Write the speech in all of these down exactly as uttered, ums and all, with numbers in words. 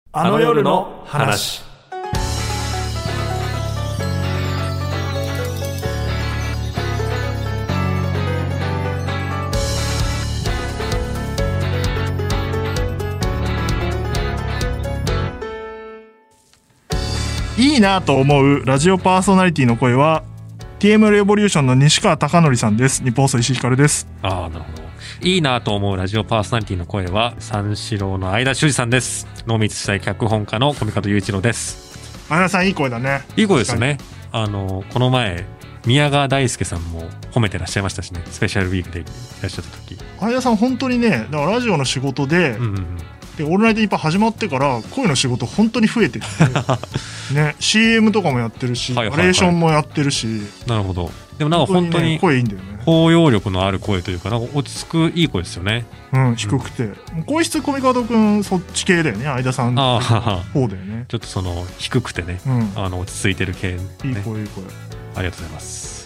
あの夜の話。いいなと思うラジオパーソナリティの声は ティーエム レボリューションの西川貴教さんです。日本放送石井ひかるです。 ああ、なるほど。いいなと思うラジオパーソナリティの声は三四郎の相田修二さんです。濃密したい脚本家の小見門雄一郎です。 相田さんいい声だね。 いい声ですよね。あのこの前宮川大輔さんも褒めてらっしゃいましたしね。スペシャルウィークでいらっしゃった時、 相田さん本当にね、だからラジオの仕事で、うんうんうん、でオールナイトニッポン始まってから声の仕事本当に増えてるね、シーエム とかもやってるし、はいはいはい、ナレーションもやってるし。 なるほど。でもなんか本当に声いいんだよね。 包容力のある声というか、なんか落ち着くいい声ですよね。 うん、低くて、うん、声質小見門くんそっち系だよね。相田さんの方だよね。 ちょっとその低くてね、うん、あの落ち着いてる系、ね、 いい声いい声。 ありがとうございます。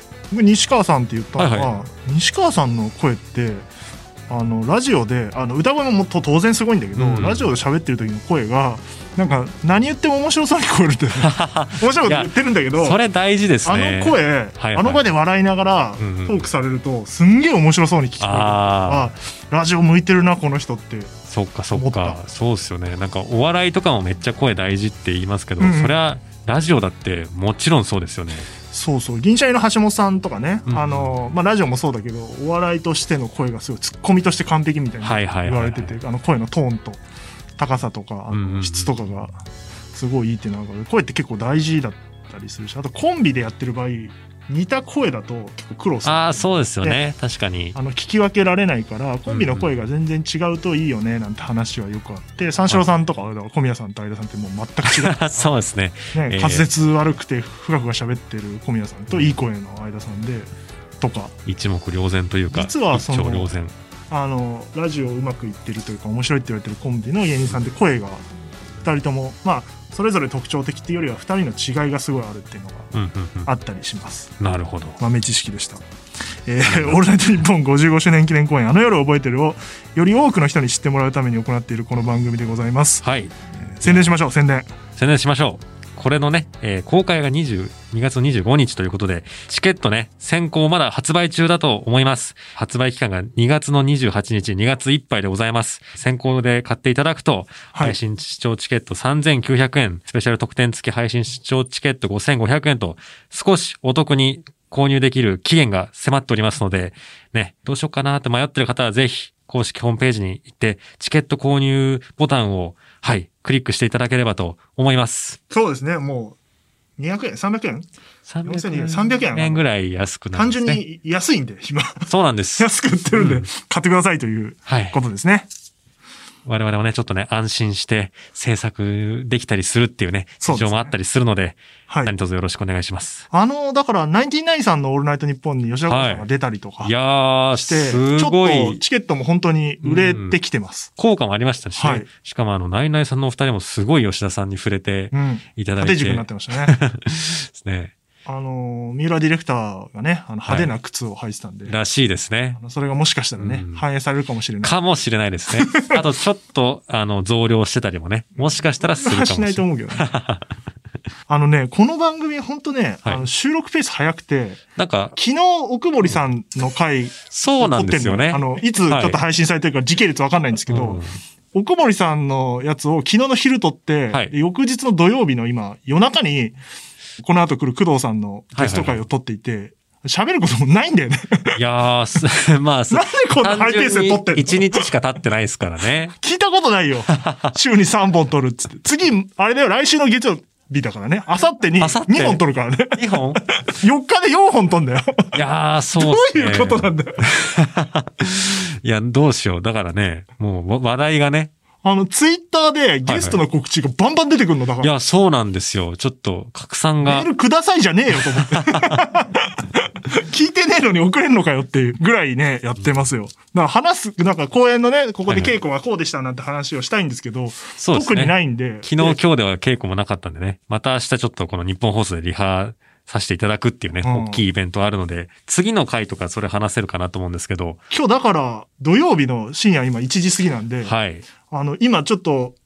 僕西川さんって言ったのは、はいはい、西川さんの声ってあのラジオであの歌声ももっと当然すごいんだけど、うん、ラジオで喋ってる時の声がなんか何言っても面白そうに聞こえるって面白いこと言ってるんだけど、 それ大事ですね。 あの声、はいはい、あの場で笑いながらトークされると、うんうん、すんげえ面白そうに聞こえる。ああ、ラジオ向いてるなこの人って。 そっかそっか、そうですよね。なんかお笑いとかもめっちゃ声大事って言いますけど、うんうん、それはラジオだってもちろんそうですよね。 そうそう、銀シャリの橋本さんとかね、うん、あのまあ、ラジオもそうだけどお笑いとしての声がすごいツッコミとして完璧みたいに言われてて、あの声のトーンと高さとかあの質とかがすごいいいっていうのが、声って結構大事だったりするし、あとコンビでやってる場合似た声だと結構苦労する。 ああ、そうですよね。確かにあの聞き分けられないから、コンビの声が全然違うといいよねなんて話はよくあって、三四郎さんとか小宮さんと相田さんってもう全く違うそうですね。 ね、滑舌悪くてふがふが喋ってる小宮さんといい声の相田さんでとか、 一目瞭然というか、 実はその一目瞭然、 あのラジオうまくいってるというか面白いって言われてるコンビの芸人さんって声がふたりともまあそれぞれ特徴的っていうよりはふたりの違いがすごいあるっていうのがあったりします、 うんうんうん、なるほど。 豆知識でした。えー、オールナイトニッポンごじゅうごしゅうねん記念公演あの夜を覚えてるをより多くの人に知ってもらうために行っているこの番組でございます、 はい。 えー、宣伝しましょう。宣伝宣伝しましょう。これのね、えー、公開がにじゅうにがつにじゅうごにちということで、チケットね、先行まだ発売中だと思います。発売期間がにがつのにじゅうはちにち、にがついっぱいでございます。先行で買っていただくと、はい、配信視聴チケットさんぜんきゅうひゃくえん、スペシャル特典付き配信視聴チケットごせんごひゃくえんと、少しお得に購入できる期限が迫っておりますので、ね、どうしようかなって迷ってる方はぜひ、公式ホームページに行って、チケット購入ボタンを、はい、クリックしていただければと思います。 そうですね、もう、にひゃくえん ?さんびゃくえんさんびゃくえんさんびゃくえんぐらい安くなるんですね。 単純に安いんで、今。 そうなんです。 安く売ってるんで、うん、買ってくださいということですね。はい、 我々もね、ちょっとね、安心して制作できたりするっていうね、事情もあったりするので、はい、何卒よろしくお願いします。 あの、だから、ナインティナインさんのオールナイトニッポンに吉田さんが出たりとかして、はい、いやー、すごい。ちょっとチケットも本当に売れてきてます。 うん、効果もありましたしね。はい、しかもあの、ナインナインさんのお二人もすごい吉田さんに触れていただいて。 縦軸になってましたね。 ですね。 あの、三浦ディレクターがね、あの派手な靴を履いてたんで。はい、 らしいですね。 それがもしかしたらね、うん、反映されるかもしれない。 かもしれないですね。あと、ちょっと、あの、増量してたりもね、もしかしたらするかもしれない。 しないと思うけどね。あのね、この番組本当ね、はい、あの収録ペース早くて、なんか、昨日奥森さんの回、 そうなんですよね。 あの、いつちょっと配信されてるか時系列わかんないんですけど、はい、うん、奥森さんのやつを昨日の昼撮って、はい、翌日の土曜日の今、夜中に、この後来る工藤さんのゲスト会を撮っていて、喋ることもないんだよね。 いやー、まあ、 なんでこんなハイペースで撮ってんの？ いちにちしか経ってないですからね。 聞いたことないよ。週にさんぼん撮るっつって。次、あれだよ、来週の月曜日だからね。あさってににほん撮るからね。 にほん ? よっかでよんほん撮んだよ。 いやー、そうっすね。 どういうことなんだよ。 いや、どうしよう。だからね、もう話題がね、 あの、ツイッターでゲストの告知がバンバン出てくるのだから。 いや、そうなんですよ。ちょっと、拡散が。 メールくださいじゃねえよと思って。聞いてねえのに送れんのかよっていうぐらいね、やってますよ。だから話す、なんか公演のね、ここで稽古がこうでしたなんて話をしたいんですけど、はいはい、特にないんで。 昨日今日では稽古もなかったんでね、また明日ちょっとこの日本放送でリハさせていただくっていうね、うん、大きいイベントあるので、次の回とかそれ話せるかなと思うんですけど。 今日だから、土曜日の深夜今いちじ過ぎなんで、はい。あの、今ちょっと、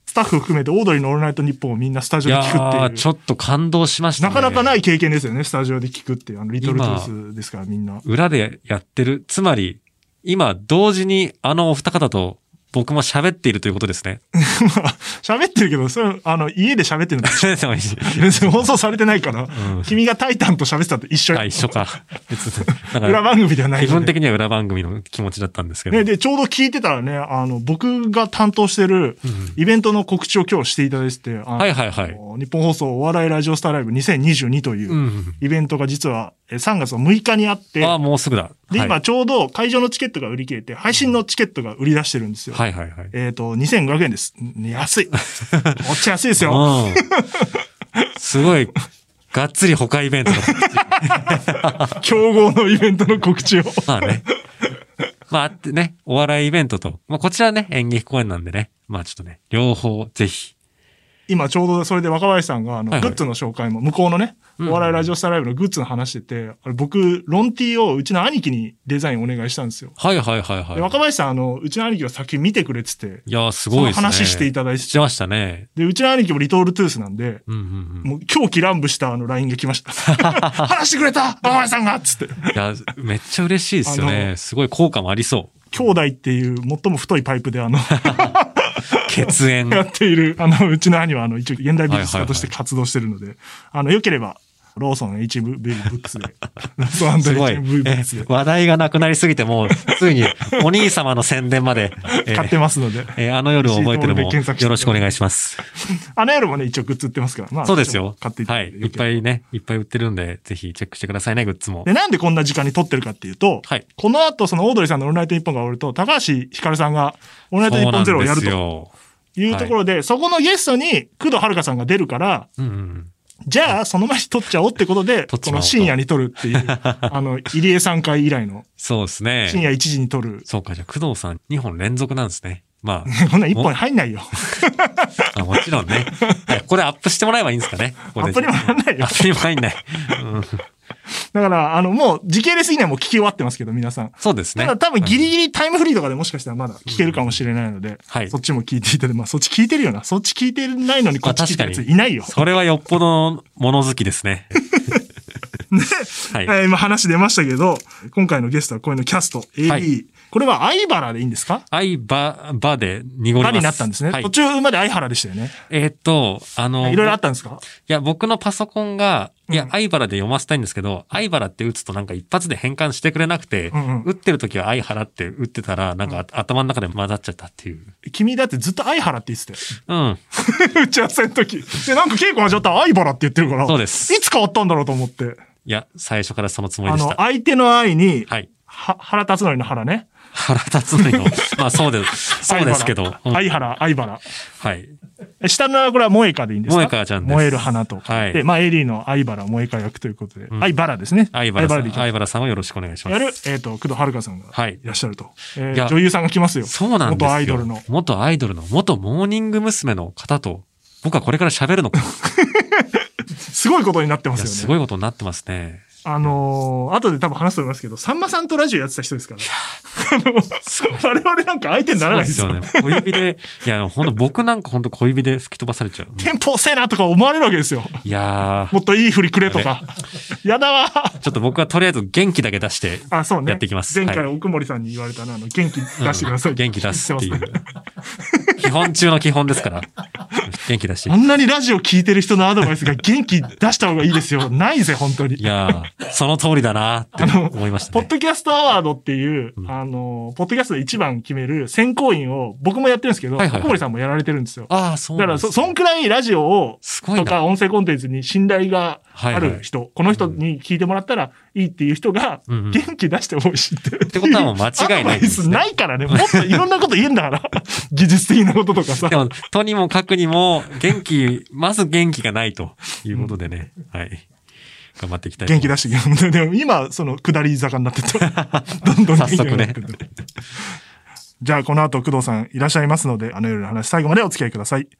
スタッフ含めてオードリーのオールナイトニッポンをみんなスタジオで聞くっていう。 いやちょっと感動しましたね。 なかなかない経験ですよね、スタジオで聞くっていう。あの、リトルトゥースですからみんな。 裏でやってる。つまり、今、同時にあのお二方と僕も喋っているということですね。 喋ってるけど、それ、あの、家で喋ってるんだ喋ってもいいし。 別に放送されてないから、うん、君がタイタンと喋ってたと一緒や。 あ、一緒か。別に。 裏番組ではない、ね。 基本的には裏番組の気持ちだったんですけど。 ね、で、ちょうど聞いてたらね、あの、僕が担当してるイベントの告知を今日していただいてて、うん、 はいはいはい。 日本放送お笑いラジオスターライブにせんにじゅうにというイベントが実はさんがつのむいかにあって、 ああ、もうすぐだ。 で、はい、今ちょうど会場のチケットが売り切れて、配信のチケットが売り出してるんですよ。 はいはいはい。 えっと、にせんごひゃくえんです。安い。おっちゃ安いですよ。 うん、すごい、がっつり他イベントの告知。競合のイベントの告知を。 まあね。まああってね、お笑いイベントと、まあこちらね、演劇公演なんでね、まあちょっとね、両方ぜひ。 今ちょうどそれで若林さんがあの、はいはい、グッズの紹介も、向こうのね、お笑いラジオスターライブのグッズの話してて、あれ僕、ロンティーをうちの兄貴にデザインお願いしたんですよ。 はいはいはいはい。 で若林さん、あの、うちの兄貴が先見てくれって言って。 いやすごいですね。 その話していただいて。 してましたね。 で、うちの兄貴もリトルトゥースなんで、 うんうんうん、 もう狂気乱舞したあの ライン が来ました。話してくれた若林さんがつって。 いや、めっちゃ嬉しいですよね。すごい効果もありそう。 兄弟っていう最も太いパイプであの、 血縁やっている、あの、うちの兄は、あの、一応、現代美術家として活動してるので、はいはいはい、あの、良ければ、ローソン エイチブイ ブックスで、ローソン エイチブイ ブックスで。 話題がなくなりすぎて、もう、ついに、お兄様の宣伝まで、 えー、買ってますので。 えー、あの夜を覚えてるも、よろしくお願いします。 あの夜もね、一応グッズ売ってますから、まあ、 そうですよ。 買っていただいて。 はい。いっぱいね、いっぱい売ってるんで、ぜひチェックしてくださいね、グッズも。 で、なんでこんな時間に撮ってるかっていうと、はい。この後、その、オードリーさんのオールナイトニッポンが終わると、高橋ひかるさんが、オールナイトニッポンゼロをやると。いうところで、はい、そこのゲストに工藤遥さんが出るから、うんうん、じゃあその前に撮っちゃおうってことで、この深夜に撮るっていう、あの、入江さん回以来の。 そうですね。 深夜いちじに撮る。 そうか、じゃあ工藤さんにほん連続なんですね。まあ。 こんないっぽん入んないよ。 あもちろんね。これアップしてもらえばいいんですかね。ここアップにも入んないよ。 アップにも入んない。うんだから、あの、もう、時系列的にはもう聞き終わってますけど、皆さん。 そうですね。 ただ多分ギリギリタイムフリーとかでもしかしたらまだ聞けるかもしれないので、はい。そっちも聞いていただいて、まあ、そっち聞いてるよな。そっち聞いてないのにこっち聞いてるやついないよ。 それはよっぽどの物好きですね。 ね、はい。えー、今話出ましたけど、今回のゲストはこういうのキャスト、エービー。はい、これは相原でいいんですか？ 相ば、ばで濁ります。 ばになったんですね。はい、途中まで相原でしたよね。 えー、っと、あの、 いろいろあったんですか？ いや、僕のパソコンが、いや、相原で読ませたいんですけど、相原って打つとなんか一発で変換してくれなくて、うんうん、打ってる時は相原って打ってたら、なんか頭の中で混ざっちゃったっていう。 君だってずっと相原って言ってたよ。 うん。 打ち合わせの時。で、なんか稽古始まったら相原って言ってるから。 そうです。 いつ変わったんだろうと思って。 いや、最初からそのつもりでした。 あの、相手の愛に、 はい。 は、腹立つのりの腹ね。 腹立つのりの。まあそうです。そうですけど。 相原、相原。 はい。 下のこれは萌えかでいいんですか？ 萌えかちゃんです。 燃える花と。 はい。 で、まあエリーの相原萌えか役ということで。うん、相原ですね。 相原さん。相原さんをよろしくお願いします。 やる、えっ、ー、と、工藤遥さんが。はい。いらっしゃると。えー、 女優さんが来ますよ。 そうなんですよ。 元アイドルの。 元アイドルの、元モーニング娘。の方と、僕はこれから喋るのか。 すごいことになってますよね。 すごいことになってますね。 あのー、後で多分話すと思いますけど、さんまさんとラジオやってた人ですから。あの、我々なんか相手にならないですよ。 そうですよね。小指で、いや、ほんと僕なんかほんと小指で吹き飛ばされちゃう。 テンポ遅えなとか思われるわけですよ。 いやー。 もっといい振りくれとか。やだわー。 ちょっと僕はとりあえず元気だけ出して、あ、そうね。やっていきます。 前回奥森さんに言われたのは、あの、元気出してください、 うん。元気出すっていう。基本中の基本ですから。元気出して。 あんなにラジオ聞いてる人のアドバイスが元気出した方がいいですよ。ないぜ、本当に。 いやー、その通りだなって思いましたね。 ポッドキャストアワードっていう、うん、あの、ポッドキャストで一番決める選考員を僕もやってるんですけど、はいはいはい、奥森さんもやられてるんですよ。 ああ、そうなんですね。 だからそ、そんくらいラジオを、とか音声コンテンツに信頼がある人、はいはい、この人に聞いてもらったらいいっていう人が、元気出してほしいって、うんうん。ってことはもう間違いないです、ね。 ないからね。もっといろんなこと言えんだから。技術的なこととかさ。 でも、とにもかくにも、元気、まず元気がないということでね。うん、はい。頑張っていきたい。 元気出していきます。でも今、その下り坂になってて、どんどん元気になってて。ね、じゃあ、この後、工藤さんいらっしゃいますので、あの夜の話、最後までお付き合いください。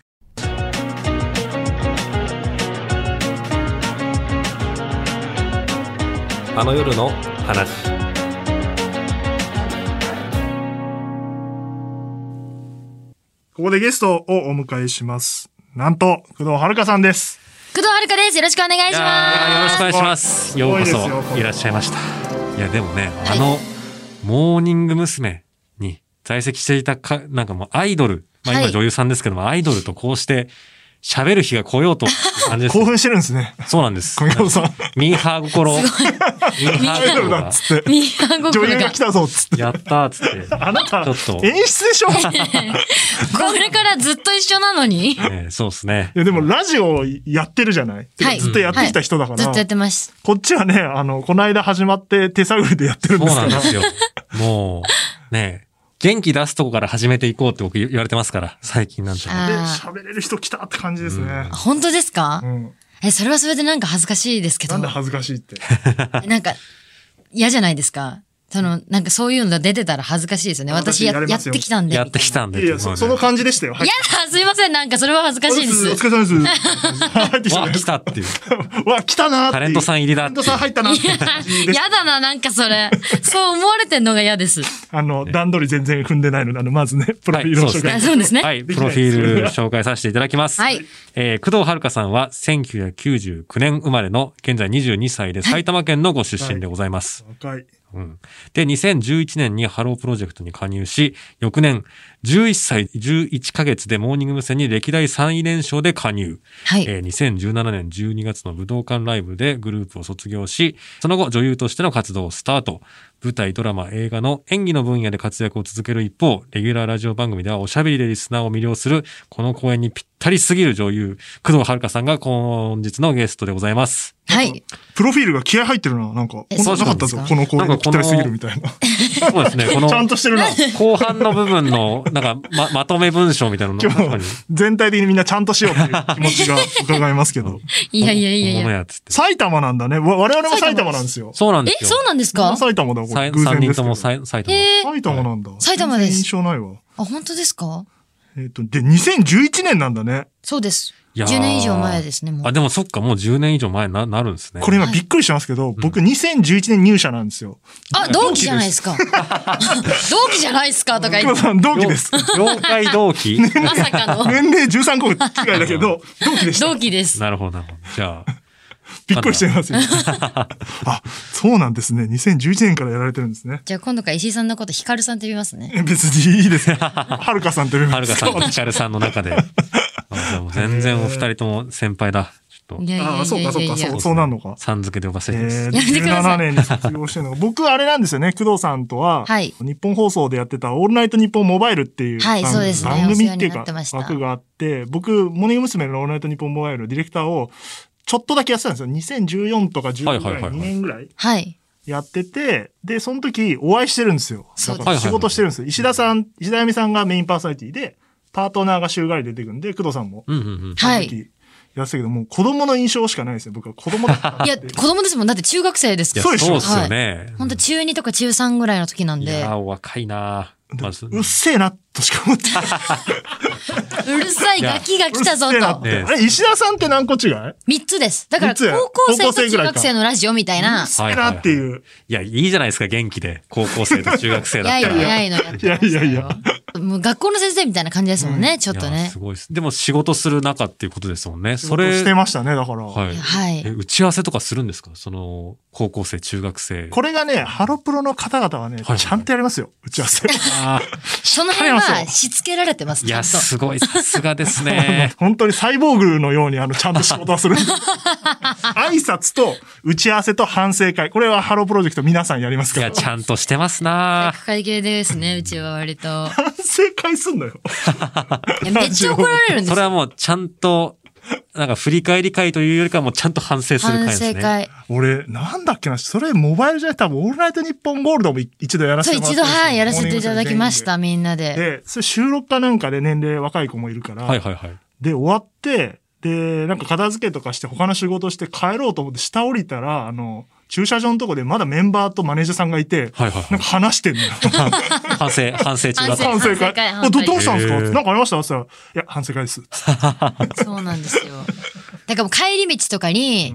あの夜の話。 ここでゲストをお迎えします。なんと、工藤遥さんです。 工藤遥です。よろしくお願いします。 よろしくお願いします。ようこそいらっしゃいました。いや、でもね、あの、はい、モーニング娘。に在籍していたか、なんかもうアイドル、まあ今女優さんですけども、はい、アイドルとこうして喋る日が来ようという感じです、ね。 興奮してるんですね。 そうなんです。 小宮さん。 ミーハー心。ミーハー心だっつって。 ミーハー心。 女優が来たぞっつって。 やったーっつって。 あなた、ちょっと演出でしょこれからずっと一緒なのに、 えー、そうですね。 いやでもラジオやってるじゃない、はい、ずっとやってきた人だから、はい、 ずっとやってます。 こっちはね、あの、この間始まって手探りでやってるんですから。 そうなんですよ。もう、ねえ。元気出すとこから始めていこうって僕言われてますから、最近なんて。で、 喋れる人来たって感じですね。うん、 本当ですか、 うん、 え、それはそれでなんか恥ずかしいですけど。 なんで恥ずかしいって。 なんか、嫌じゃないですか。その、なんかそういうのが出てたら恥ずかしいですよね。私 や, やってきたんで。 やってきたんで。 いやいや、そ, その感じでしたよ。 いやだ、すいません。なんかそれは恥ずかしいです。 お疲れ様です。入ってきた。 わ、来たっていう。 わ、来たなーって。 タレントさん入りだって。 タレントさん入ったなって感じで。 やだな、なんかそれ。そう思われてんのが嫌です。 あの、段取り全然踏んでないので、あの、まずね、プロフィールを紹介、 はい、そうですね。 はい、プロフィール紹介させていただきます。 はい。 えー、工藤遥さんはせんきゅうひゃくきゅうじゅうきゅうねん生まれの、現在にじゅうにさいで埼玉県のご出身でございます。 はい、若い。 うん、で、にせんじゅういちねんにハロープロジェクトに加入し、翌年、じゅういっさいじゅういっかげつでモーニング娘。に歴代さんい連勝で加入。 はい。 えー、にせんじゅうななねんじゅうにがつの武道館ライブでグループを卒業し、その後女優としての活動をスタート。舞台、ドラマ、映画の演技の分野で活躍を続ける一方、レギュラーラジオ番組ではおしゃべりでリスナーを魅了する、この公演にぴったりすぎる女優、工藤遥さんが本日のゲストでございます。 はい。 プロフィールが気合入ってるな。なんか、こんななかったぞ。この公演にぴったりすぎるみたいな。 そうですね。この、 ちゃんとしてるな。 後半の部分の、なんか、ま、まとめ文章みたいなのの全体的にみんなちゃんとしようっていう気持ちが伺いますけど。 いやいやいやいや。 埼玉なんだね。我々も埼玉なんですよ。 そうなんですよ。 え、そうなんですか？ 埼玉だ、これ。 偶然ですけど。さんにんとも埼玉。 埼玉なんだ。 埼玉です。 印象ないわ。 あ、本当ですか？ えっと、で、にせんじゅういちねんなんだね。 そうです。じゅうねん以上前ですね、もう。 あ、でもそっか、もうじゅうねん以上前に な, なるんですね。 これ今びっくりしますけど、はい、僕にせんじゅういちねん入社なんですよ。 あ、同期じゃないですか。同期じゃないですかとか言って。 さん同期です。 業界同期まさかの。 年齢じゅうさんこ違いだけど、同期でした。 同期です。 なるほど、なるほど。じゃあ。 びっくりしてますよ。あ、そうなんですね。にせんじゅういちねんからやられてるんですね。 じゃあ今度から石井さんのことヒカルさんって呼びますね。 別にいいですよ。はるかさんって呼びます。 はるかさん、ヒカルさんの中で。全然お二人とも先輩だ。ちょっと。 いやいやいやいや。 あ、そうかそうか、そう、そうなんのか。 さん付けで呼ばせてます。 えー、じゅうななねんに卒業してるのが、僕あれなんですよね、工藤さんとは、はい、日本放送でやってたオールナイトニッポンモバイルっていう、 はい、そうですね、 番組っていうか、枠があって、僕、モーニング娘。のオールナイトニッポンモバイルディレクターを、ちょっとだけやってたんですよ。にせんじゅうよんとかじゅうごぐらい、にねんぐらい。 はい。 やってて、で、その時お会いしてるんですよ。 そうです。仕事してるんですよ。石田さん、石田由美さんがメインパーソナリティで、パートナーが週替わり出てくるんで、工藤さんも。 うんうんうん。 はい。 やってたけど、もう子供の印象しかないですよ。僕は子供だったいや、子供ですもん。だって中学生ですから。 そうでしょ。 そうですよね。 はい、本当中にとか中さんぐらいの時なんで。 いやー、若いなまずうっせえな、としか思ってない。 うるさいガキが来たぞと。 あれ、石田さんって何個違い？ みっつです。だから高校生と中学生のラジオみたいな。 うるせえなっていう。 いや、いいじゃないですか、元気で。高校生と中学生だったら。 いやいやいやいやいやいや。 もう学校の先生みたいな感じですもんね、うん、ちょっとね。 すごいです。でも仕事する中っていうことですもんね。それ。 してましたね、だから。 はい。 はい。 え、打ち合わせとかするんですか？その、高校生、中学生。 これがね、ハロプロの方々はね、はい、ちゃんとやりますよ、打ち合わせ。 あその辺はしつけられてます、 いや、すごい、さすがですね。 本当にサイボーグのように、あの、ちゃんと仕事はする。挨拶と打ち合わせと反省会。これはハロープロジェクト皆さんやりますから。 いや、ちゃんとしてますなぁ。会計ですね、うちは割と。 反省会すんのよ。 めっちゃ怒られるんですよ。 それはもうちゃんと、なんか振り返り会というよりかはもうちゃんと反省する会ですね。 反省会。 俺、なんだっけな、それモバイルじゃない、多分オールナイトニッポンゴールドも一度やらせてもらって。 そう、一度、はい、やらせていただきました、みんなで。 で、それ収録かなんかで年齢若い子もいるから。 はいはいはい。 で、終わって、で、なんか片付けとかして他の仕事して帰ろうと思って下降りたら、あの、駐車場のとこでまだメンバーとマネージャーさんがいて、はいはいはい、なんか話してんのよ。 反省、反省中だった。 反省会。ど、どうしたんですか？なんかありましたって言ったら、いや、反省会です。 そうなんですよ。だからもう帰り道とかに、うん、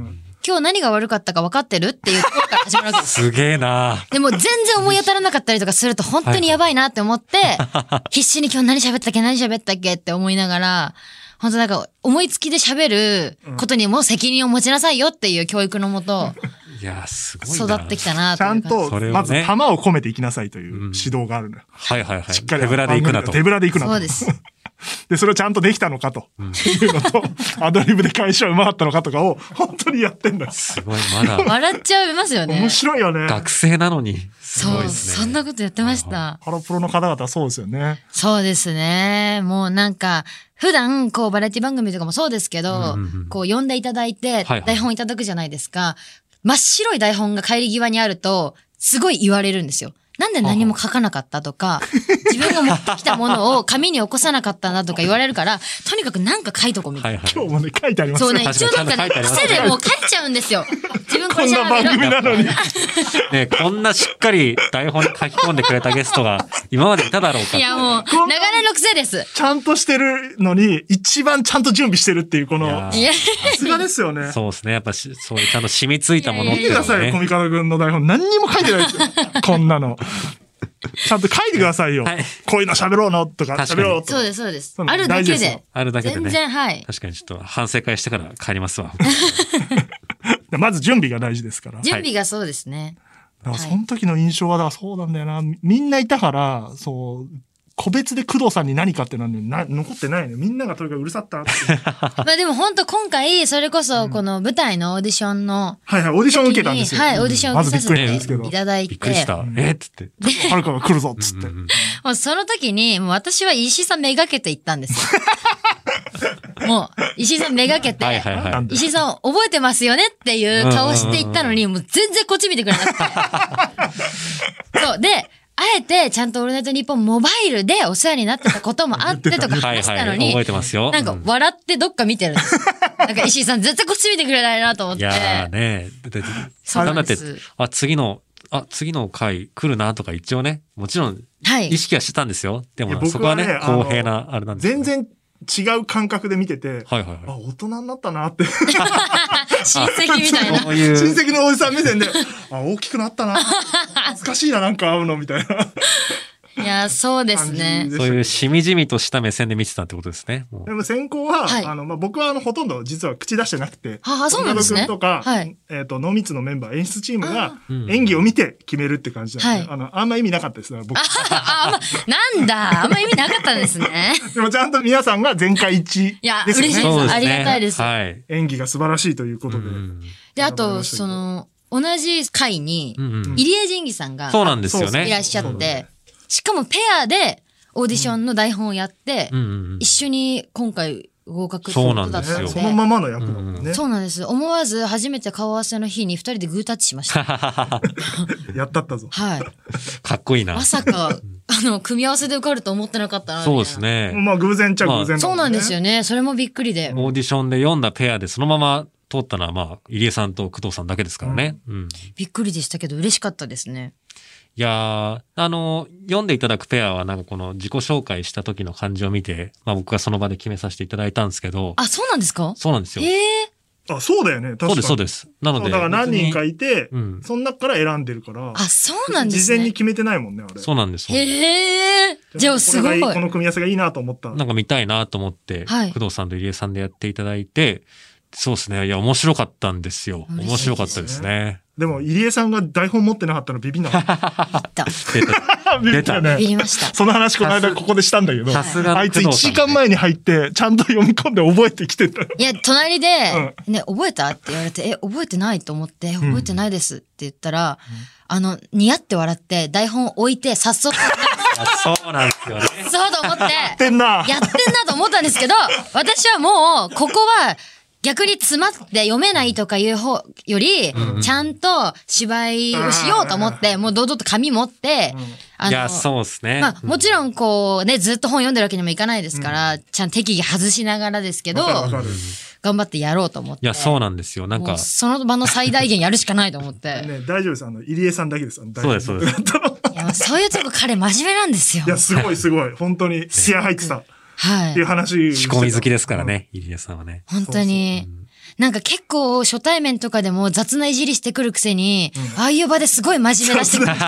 今日何が悪かったか分かってるっていうところから始まるわけです。 すげえな。 でも全然思い当たらなかったりとかすると本当にやばいなって思って、必死に今日何喋ったっけ何喋ったっけって思いながら、本当なんか思いつきで喋ることにも責任を持ちなさいよっていう教育のもと、 いや、すごいな。 育ってきたなちゃんと、まず球を込めていきなさいという指導があるのよ。 はいはいはい。 しっかり手ぶらで行くなと。 手ぶらで行くなと。 そうです。 で、それをちゃんとできたのかと。いうのと、アドリブで返しはうまかったのかとかを、本当にやってんだよ。 すごい、まだ。 笑っちゃいますよね。 面白いよね。 学生なのに。 そう、そんなことやってました。 ハロプロの方々はそうですよね。 そうですね。もうなんか、普段、こう、バラエティ番組とかもそうですけど、こう、呼んでいただいて、台本いただくじゃないですか。真っ白い台本が帰り際にあると、すごい言われるんですよ。なんで何も書かなかったとか、自分が持ってきたものを紙に起こさなかったなとか言われるから、とにかくなんか書いとこうみたいな。 今日もね、書いてありますよ。そうね、一応なんかね、癖でもう書いちゃうんですよ。自分これこんな番組なのに。 ね、こんなしっかり台本に書き込んでくれたゲストが今までいただろうか。 いやもう、流れの癖です。 ちゃんとしてるのに、一番ちゃんと準備してるっていう、この、 いや、 さすがですよね。 そうですね。やっぱし、そういうちゃんと染みついたものって見てくださいよ、コミカド君の台本。何にも書いてないですよ。こんなの。ちゃんと書いてくださいよ。はい、こういうの喋ろうのとか、喋ろうとか。 そうです、そうです。あるだけで。 あるだけでね。 全然、はい。 確かにちょっと反省会してから帰りますわ。 まず準備が大事ですから。 準備がそうですね。 だからその時の印象は、だからそうなんだよな。みんないたから、そう、個別で工藤さんに何かってなんでな残ってないのよ。みんながとにかくうるさったって。 まあでも本当今回、それこそこの舞台のオーディションの、 うん。はいはい、オーディション受けたんですよ。 はい、オーディション受けさせていただいて。 びっくりした。えっつって。 はるかが来るぞっつって。 もうその時に、もう私は石井さんめがけて行ったんですよ。もう、石井さんめがけて、石井さん覚えてますよねっていう顔して行ったのに、もう全然こっち見てくれなくて。そう。で、あえて、ちゃんとオールナイトニッポンモバイルでお世話になってたこともあってとか話したのに、 覚えてますよ。 なんか笑ってどっか見てるんですよ。なんか石井さん絶対こっち見てくれないなと思って。いやーね。そうなんて、あ、次の、あ、次の回来るなとか一応ね、もちろん、意識はしてたんですよ。でもそこはね、公平なあれなんです全然違う感覚で見てて、 はいはいはい、 あ、大人になったなって。 親戚みたいな。 親戚のおじさん目線で、あ、大きくなったな。恥ずかしいな、なんか会うの、みたいな。 いや、そうですね。 そういうしみじみとした目線で見てたってことですね。 でも先行は、はい、あの、まあ、僕はあの、ほとんど実は口出してなくて、 ああ、そうなんですね。 とか、はい、えっ、ー、と、濃密のメンバー、演出チームが演技を見て決めるって感じなんで、はい、あの、あんま意味なかったですね、僕。 ああ、なんだ、あんま意味なかったんですね。 でもちゃんと皆さんが全会一致ですよね。 いや、嬉しいです。ありがたいです。 はい。 演技が素晴らしいということで。 で、あと、その、同じ回に、入江仁義さんが、 そうなんですよね。 いらっしゃって、しかもペアでオーディションの台本をやって、うん、一緒に今回合格することだったので、 そのままの役だもんね。 そうなんです。思わず初めて顔合わせの日に二人でグータッチしました。 やったったぞ。 はい。 かっこいいな。 まさか、あの、組み合わせで受かると思ってなかったな。 そうですね。 まあ偶然っちゃ偶然だ、ね、 そうなんですよね。それもびっくりで。 オーディションで読んだペアでそのまま通ったのはまあ、入江さんと工藤さんだけですからね。うんうん、 びっくりでしたけど嬉しかったですね。 いやー、あの、読んでいただくペアはなんかこの自己紹介した時の感じを見て、まあ僕がその場で決めさせていただいたんですけど。 あ、そうなんですか？ そうなんですよ。 へえ。 あ、そうだよね。確かに。 そうです、そうです。なので。 だから何人かいて、うん、その中から選んでるから。 あ、そうなんですね。 事前に決めてないもんね、あれ。 そうなんです。 へえ。じゃあすごい。 この組み合わせがいいなと思った。 なんか見たいなと思って、はい、工藤さんと入江さんでやっていただいて、そうですね。いや、面白かったんですよ。面白かったですね。 でも、入江さんが台本持ってなかったのビビんなかった。 ビった。 出たね。 ビビりました。 その話この間ここでしたんだけど、 さすがあいついちじかんまえに入って、ちゃんと読み込んで覚えてきてた。 いや、隣で、うん、ね、覚えたって言われて、え、覚えてないと思って、覚えてないですって言ったら、うん、あの、ニヤって笑って、台本置いて、早速。 そうなんですよね。 そうと思って。やってんな。 やってんなと思ったんですけど、私はもう、ここは、逆に詰まって読めないとかいう方より、うん、ちゃんと芝居をしようと思って、もう堂々と紙持って、 うん、あの、いや、そうですね。 まあ、もちろんこうね、ずっと本読んでるわけにもいかないですから、うん、ちゃんと適宜外しながらですけど、頑張ってやろうと思って。 いや、そうなんですよ。なんか。 その場の最大限やるしかないと思って。 ね、大丈夫です。あの、入江さんだけです。 そうです、そうです。 いや、そういうとこ彼真面目なんですよ。 いや、すごいすごい。本当に、視野入ってた。 はい。 っていう話。 仕込み好きですからね、入江さんはね。 本当に。なんか結構初対面とかでも雑ないじりしてくるくせに、うん、ああいう場ですごい真面目出してくるから、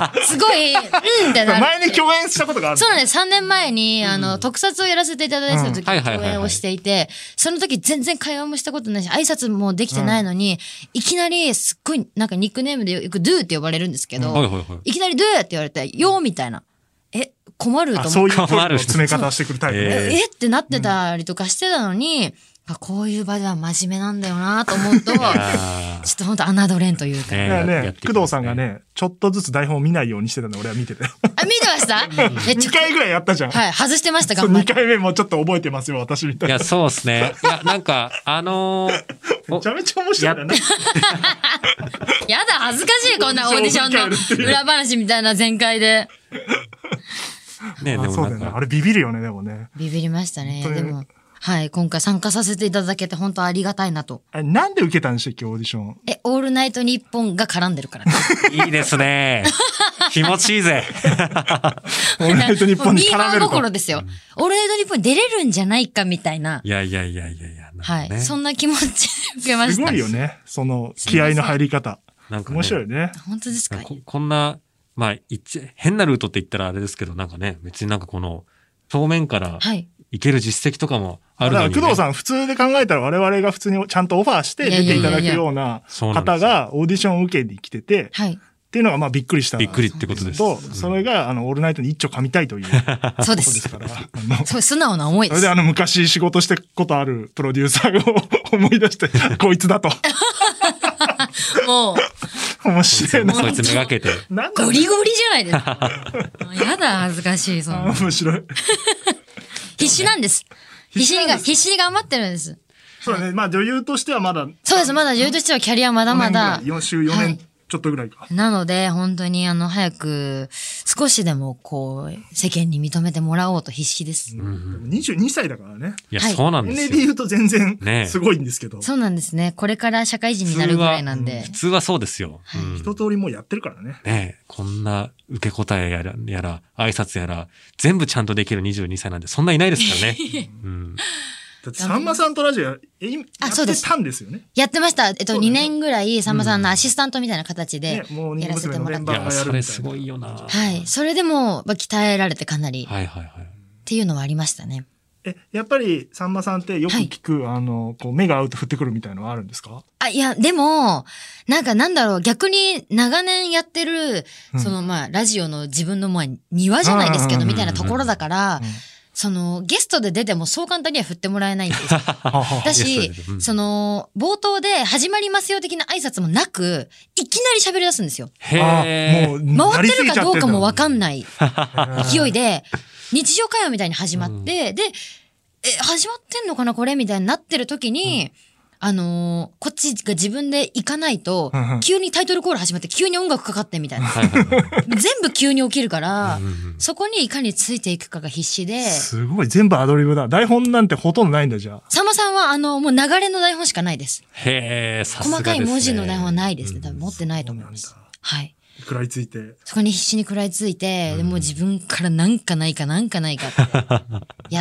すごい、うんってなる。 前に共演したことがある。 そうなんです。さんねんまえに、あの、特撮をやらせていただいた時に共演をしていて、その時全然会話もしたことないし、挨拶もできてないのに、うん、いきなりすっごい、なんかニックネームでよくドゥって呼ばれるんですけど、うん、いきなりドゥって言われて、よーみたいな。え、困ると思って。 そういう詰め方してくるタイプ、ね。 ええってなってたりとかしてたのに、こういう場では真面目なんだよなと思うと、ちょっと本当侮れんというか。 ねね、工藤さんがね、ちょっとずつ台本を見ないようにしてたの俺は見てたよ。 あ、見てましたにかいぐらいやったじゃん。 はい、外してました、頑張って。 にかいめもちょっと覚えてますよ、私みたいな。 いや、そうですね。いや、なんか、あのー、めちゃめちゃ面白いんだな。 やだ、恥ずかしい、こんなオーディションの裏話みたいな全開で。 ねでもそうだよね。あれビビるよね、でもね。 ビビりましたね。でも。はい、今回参加させていただけて本当ありがたいなと。 え、なんで受けたんでしたっけ、オーディション。 え、オールナイトニッポンが絡んでるから、ね。 いいですね。気持ちいいぜ。 オールナイトニッポンに絡めると。ミーハー心ですよ。オールナイトニッポンに出れるんじゃないかみたいな。 いやいやいやいやいや。 はい、そんな気持ちで受けました。 すごいよね。その気合の入り方。なんか、ね、面白いね。 本当ですか。 こ, こんな、まあ、一変なルートって言ったらあれですけど、なんかね、別になんかこの、正面から、はい。いける実績とかもあるのに、ね、 だから工藤さん普通で考えたら我々が普通にちゃんとオファーして出ていただくような方がオーディションを受けに来てて、はい、っていうのがまあびっくりした。 びっくりってことです。 と、それがあのオールナイトに一丁噛みたいというそうです。 ですから。 そう素直な思いです。 それであの昔仕事したことあるプロデューサーを思い出してこいつだと。 もう面白いな。 そいつめがけて。 ゴリゴリじゃないですか。やだ恥ずかしいそんな。 面白い。 必死なんです。必死にが、必死に頑張ってるんです。 そうだね。まあ女優としてはまだ。 そうです。まだ女優としてはキャリアまだまだ。 よん週よねんちょっとぐらいか。 なので、本当にあの、早く、少しでもこう、世間に認めてもらおうと必死です。 うん、にじゅうにさいだからね。 いや、そうなんですよ。 年齢で言うと全然、すごいんですけど、 ね。そうなんですね。これから社会人になるぐらいなんで。 普通はそうですよ。 はいうん、一通りもうやってるからね。 ねこんな受け答えやら、やら、挨拶やら、全部ちゃんとできるにじゅうにさいなんてそんないないですからね。うんだってさんまさんとラジオやってたんですよね。 やってました。えっと、ね、にねんぐらいさんまさんのアシスタントみたいな形でやらせてもらって。 いや、それすごいよな。 はい。それでも、鍛えられてかなり。はいはいはい。っていうのはありましたね。 え、やっぱりさんまさんってよく聞く、はい、あの、こう、目が合うと降ってくるみたいなのはあるんですか？ あ、いや、でも、なんかなんだろう、逆に長年やってる、うん、そのまあ、ラジオの自分のまあ、庭じゃないですけど、みたいなところだから、うんその、ゲストで出てもそう簡単には振ってもらえないんですよ。だし、その、冒頭で始まりますよ的な挨拶もなく、いきなり喋り出すんですよ。 へー。もう、回ってるかどうかもわかんない勢いで、日常会話みたいに始まって、うん、で、え、始まってんのかなこれみたいになってる時に、うんあのー、こっちが自分で行かないと、急にタイトルコール始まって急に音楽かかってみたいな。全部急に起きるから、そこにいかについていくかが必死で。 すごい、全部アドリブだ。台本なんてほとんどないんだ、じゃあ。 さんまさんは、あの、もう流れの台本しかないです。 へー、さすがですね。 細かい文字の台本はないですね。多分持ってないと思います。はい。 食らいついて。 そこに必死に食らいついて、でもう自分からなんかないかなんかないかってやって。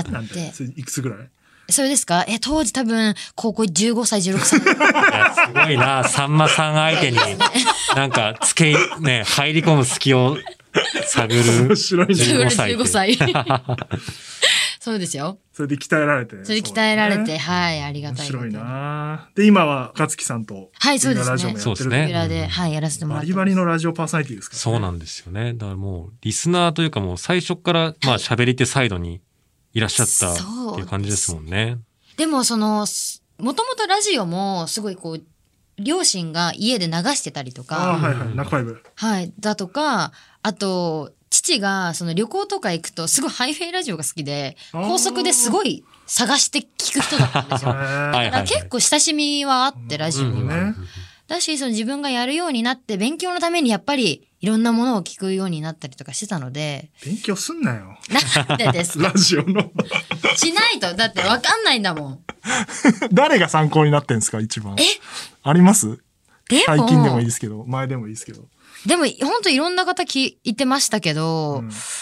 いくつぐらいそれですかえ、当時多分、高校じゅうごさい、じゅうろくさい。いやすごいな、さんまさん相手に、なんか、つけ、ね、入り込む隙を探る。 面白いね。 じゅうごさい。そうですよ。 それで鍛えられて。 それで鍛えられて、ね、はい、ありがたい。 面白いなで、今は、勝木さんと、 はい、そうですね。 ラジオもやってる。 そうですね。 裏で、はい、やらせてもらって。 バリバリのラジオパーソナリティですから、 ね。そうなんですよね。だからもう、リスナーというかもう、最初から、まあ、喋り手サイドにいらっしゃったっていう感じですもんね。 でもその、もともとラジオもすごいこう、両親が家で流してたりとか。 あはいはい、ナックファイブ。 はい。だとか、あと、父がその旅行とか行くとすごいハイフェイラジオが好きで、高速ですごい探して聞く人だったんですよ。だから結構親しみはあって、ラジオには。うんね、だし、その自分がやるようになって、勉強のためにやっぱりいろんなものを聞くようになったりとかしてたので。 勉強すんなよ。 なんでですかラジオの。 しないと。だってわかんないんだもん。 誰が参考になってんですか一番。 えありますでも最近でもいいですけど、前でもいいですけど。 でも、ほんといろんな方聞いてましたけど、うん、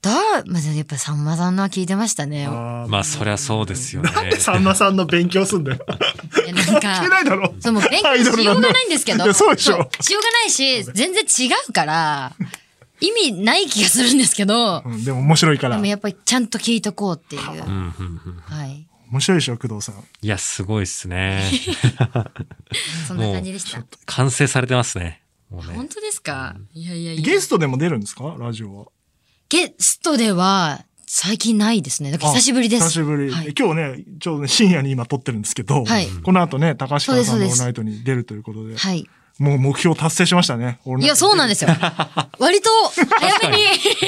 だ、まあ、やっぱさんまさんのは聞いてましたね。 あまあ、そりゃそうですよね。 なんでさんまさんの勉強すんだよ。 いや、なんか、 聞けないだろ。 そう、もう勉強しようがないんですけど。 いや、そうでしょ。 しようがないし、全然違うから、意味ない気がするんですけど、 うん、でも面白いから。 でもやっぱりちゃんと聞いとこうっていう。 うんうんうん、 はい。 面白いでしょ、工藤さん。 いや、すごいっすね。 そんな感じでした。 完成されてますね。 もうね本当ですか、うん、いやいやいや。 ゲストでも出るんですかラジオは。 ゲストでは、最近ないですね。だから久しぶりです。 久しぶり。はい、今日ね、ちょうど、ね、深夜に今撮ってるんですけど、はい、この後ね、高橋さんのオールナイトに出るということで。はい。もう目標達成しましたね。 いや、そうなんですよ。割と、早めに、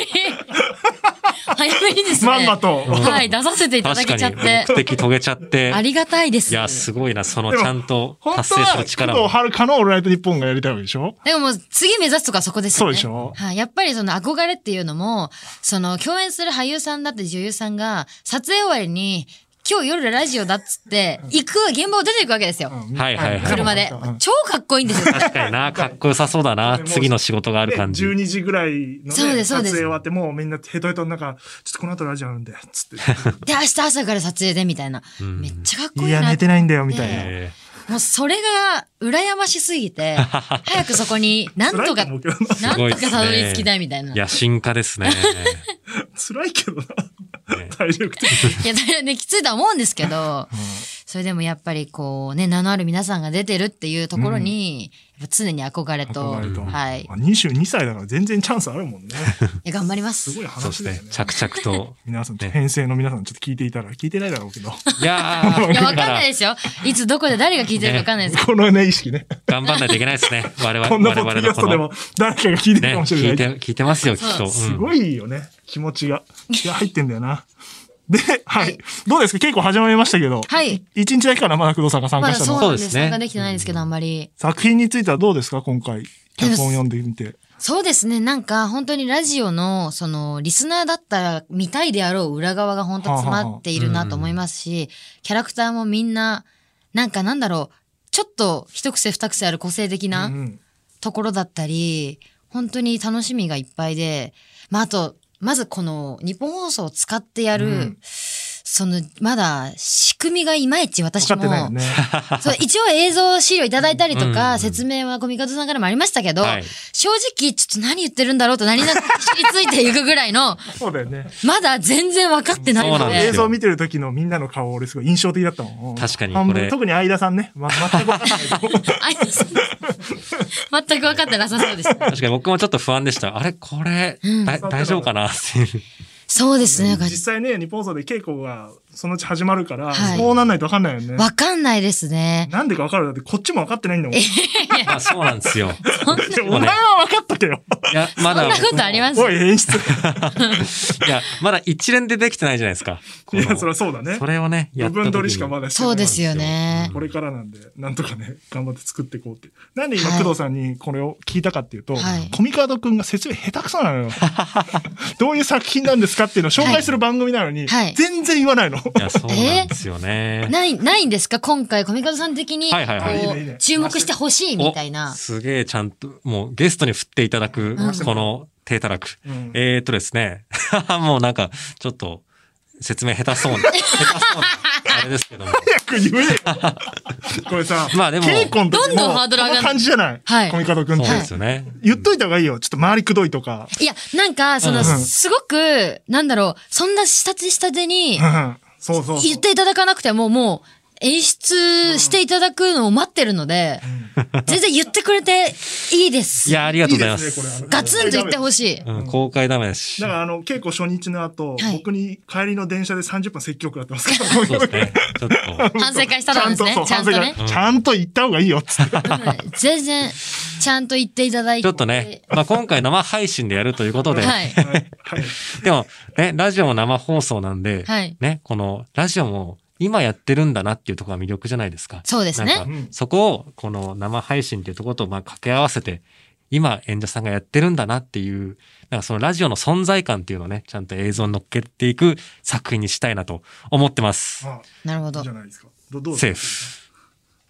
早めにですね。 まんまと。 はい、出させていただけちゃって。 目的遂げちゃって。 ありがたいです。 いや、すごいな、そのちゃんと達成する力を。 工藤遥のオールナイトニッポンがやりたいわけでしょ。 でももう、次目指すとかそこですよね。 そうでしょ。 はい、やっぱりその憧れっていうのも、その、共演する俳優さんだって女優さんが、撮影終わりに、今日夜ラジオだっつって、行く、現場を出ていくわけですよ。 はいはいはい。 車で。超かっこいいんですよ。 確かにな、かっこよさそうだな。次の仕事がある感じ。 じゅうにじぐらいの撮影終わって、もうみんなヘトヘトの中、ちょっとこの後ラジオあるんで、つって。 で、明日朝から撮影で、みたいな。めっちゃかっこいいな。 いや、寝てないんだよ、みたいな。 もうそれが羨ましすぎて、早くそくになんとか、なんとかたどり着きたいみたいな。 野心家ですね。 辛いけどな。体力的に。いや、体力ね、きついとは思うんですけど、うん、それでもやっぱりこうね、名のある皆さんが出てるっていうところに、うん、やっぱ常に憧れと、憧れとはい。 にじゅうにさいだから全然チャンスあるもんね。 いや、頑張ります。 すごい話だよね。 着々と。 皆さん、編成の皆さんちょっと聞いていたら、聞いてないだろうけど。 いやー。いや、わかんないですよ。いつどこで誰が聞いてるかわかんないです。 このね、意識ね。 頑張んないといけないですね。我々、 こんなポッドキャストでも誰かが聞いてるかもしれない。 聞いて、聞いてますよ、きっと。 すごいよね。気持ちが。気が入ってんだよな。で、はい。どうですか結構始まりましたけど。 はい。 一日だけからまだ工藤さんが参加したの。 そうですね。参加できてないんですけど、あんまり。 作品についてはどうですか今回。脚本読んでみて。 そうですね。なんか本当にラジオの、その、リスナーだったら見たいであろう裏側が本当詰まっているなと思いますし、キャラクターもみんな、なんかなんだろう、ちょっと一癖二癖ある個性的なところだったり、本当に楽しみがいっぱいで、まああと、まずこの日本放送を使ってやる、うん、その、まだ仕組みがいまいち私も、 ね、 そう一応映像資料いただいたりとか、うん、説明はコミカドさんからもありましたけど、はい、正直ちょっと何言ってるんだろうと何なく知りついていくぐらいの、 そうだよね。 まだ全然分かってないので。 映像見てる時のみんなの顔俺すごい印象的だったもん。 確かにこれ。 特に相田さんね。ま、全く分かってない。相田さん全く分かってなさそうです。確かに僕もちょっと不安でした。あれこれ、うん、大丈夫かなっていう。 そうですね。 実際ね、日本放送で稽古がそのうち始まるから、はい、そうなんないと分かんないよね。 分かんないですね。 なんでか分かるだってこっちも分かってないんだもん。 あそうなんですよ。 お前は分かったけよ。 いや、まだ。 そんなことありますおい、演出。 いや、まだ一連でできてないじゃないですか。 いや、そりゃそうだね。 それをね、 やった部分撮りしかまだしてない。 そうですよね。 これからなんで、なんとかね、頑張って作っていこうって。なんで今、工藤さんにこれを聞いたかっていうと、はい、コミカードくんが説明下手くそなのよ。どういう作品なんですかっていうのを紹介する番組なのに、はい、全然言わないの。いや、そうなんですよね。 えー、ない、ないんですか今回、コミカドさん的に、はいはいはい、注目してほしいみたいな。 すげえ、ちゃんと、もうゲストに振っていただく、この低たらく。うん、えーっとですね、もうなんか、ちょっと、説明下手そうな、下手そうな、あれですけども。 早く言えよ。これさ、 まあでも、 どんどんハードル上がる。 感じじゃない。はい。コミカドくんって。 そうですよね。 言っといた方がいいよ。ちょっと周りくどいとか。 いや、なんか、その、すごく、なんだろう、そんな下手下手に、 そうそう。 言っていただかなくても、もう、演出していただくのを待ってるので、うん、全然言ってくれていいです。 いや、ありがとうございます。 いいですね、 ガツンと言ってほしい。 うん、公開ダメですし。 だからあの、稽古初日の後、はい、僕に帰りの電車でさんじゅっぷん説教食らってますから。 そうですね。ちょっと。 反省会したらですね。ちゃんとね。 ちゃんと言った方がいいよ、つって。 全然、ちゃんと言っていただいて。 ちょっとね、まあ今回生配信でやるということで。はい。でも、ね、ラジオも生放送なんで、はい、ね、この、ラジオも、今やってるんだなっていうところが魅力じゃないですか。 そうですね。 なんかそこを、この生配信っていうところとまあ掛け合わせて、今演者さんがやってるんだなっていう、なんかそのラジオの存在感っていうのをね、ちゃんと映像に乗っけていく作品にしたいなと思ってます。 ああなるほど。 じゃないですか。どどうセーフ。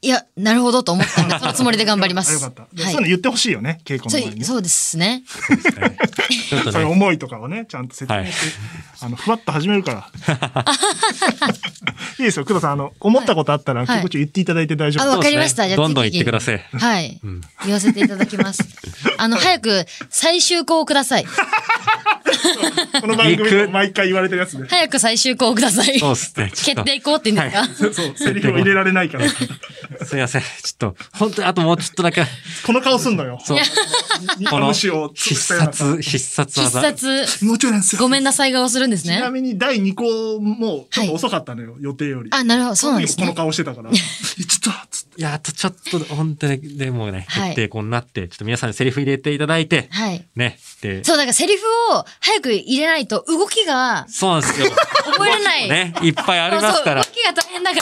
いや、なるほどと思ったんで、そのつもりで頑張ります。 あ、よかった。はい、そういうの言ってほしいよね、稽古の前に、ね。 そうですね。 そういう、ね、思いとかをね、ちゃんと説明して、はい、あの、ふわっと始めるから。いいですよ、工藤さん、あの、思ったことあったら、結構言っていただいて大丈夫です。 あ、わかりました。 じゃあ、どんどん言ってください。 はい、うん。言わせていただきます。あの、早く最終稿をください。 この番組で毎回言われてるやつで。 早く最終稿をください。 そうっすね。 決定稿って言うんですか、はい、 そう、セリフを入れられないから。 すいません。ちょっと、本当にあともうちょっとだけ。 この顔すんのよ。そう。 この必殺、必殺技。 必殺。 もうちょいなんですよ。 ごめんなさい顔するんですね。 ちなみにだいにこもちょっと遅かったのよ、はい、予定より。 あ、なるほど。そうなんですね。 この顔してたから。ちょっと、つって。 いや、あとちょっと、本当に、でもね、決定こうなって、ちょっと皆さんにセリフ入れていただいて、はい。ね。で、 そう、だからセリフを早く入れないと動きが、 そうなんですよ。 覚えれない。 ね。いっぱいありますから。 そうそう、動きが大変だから、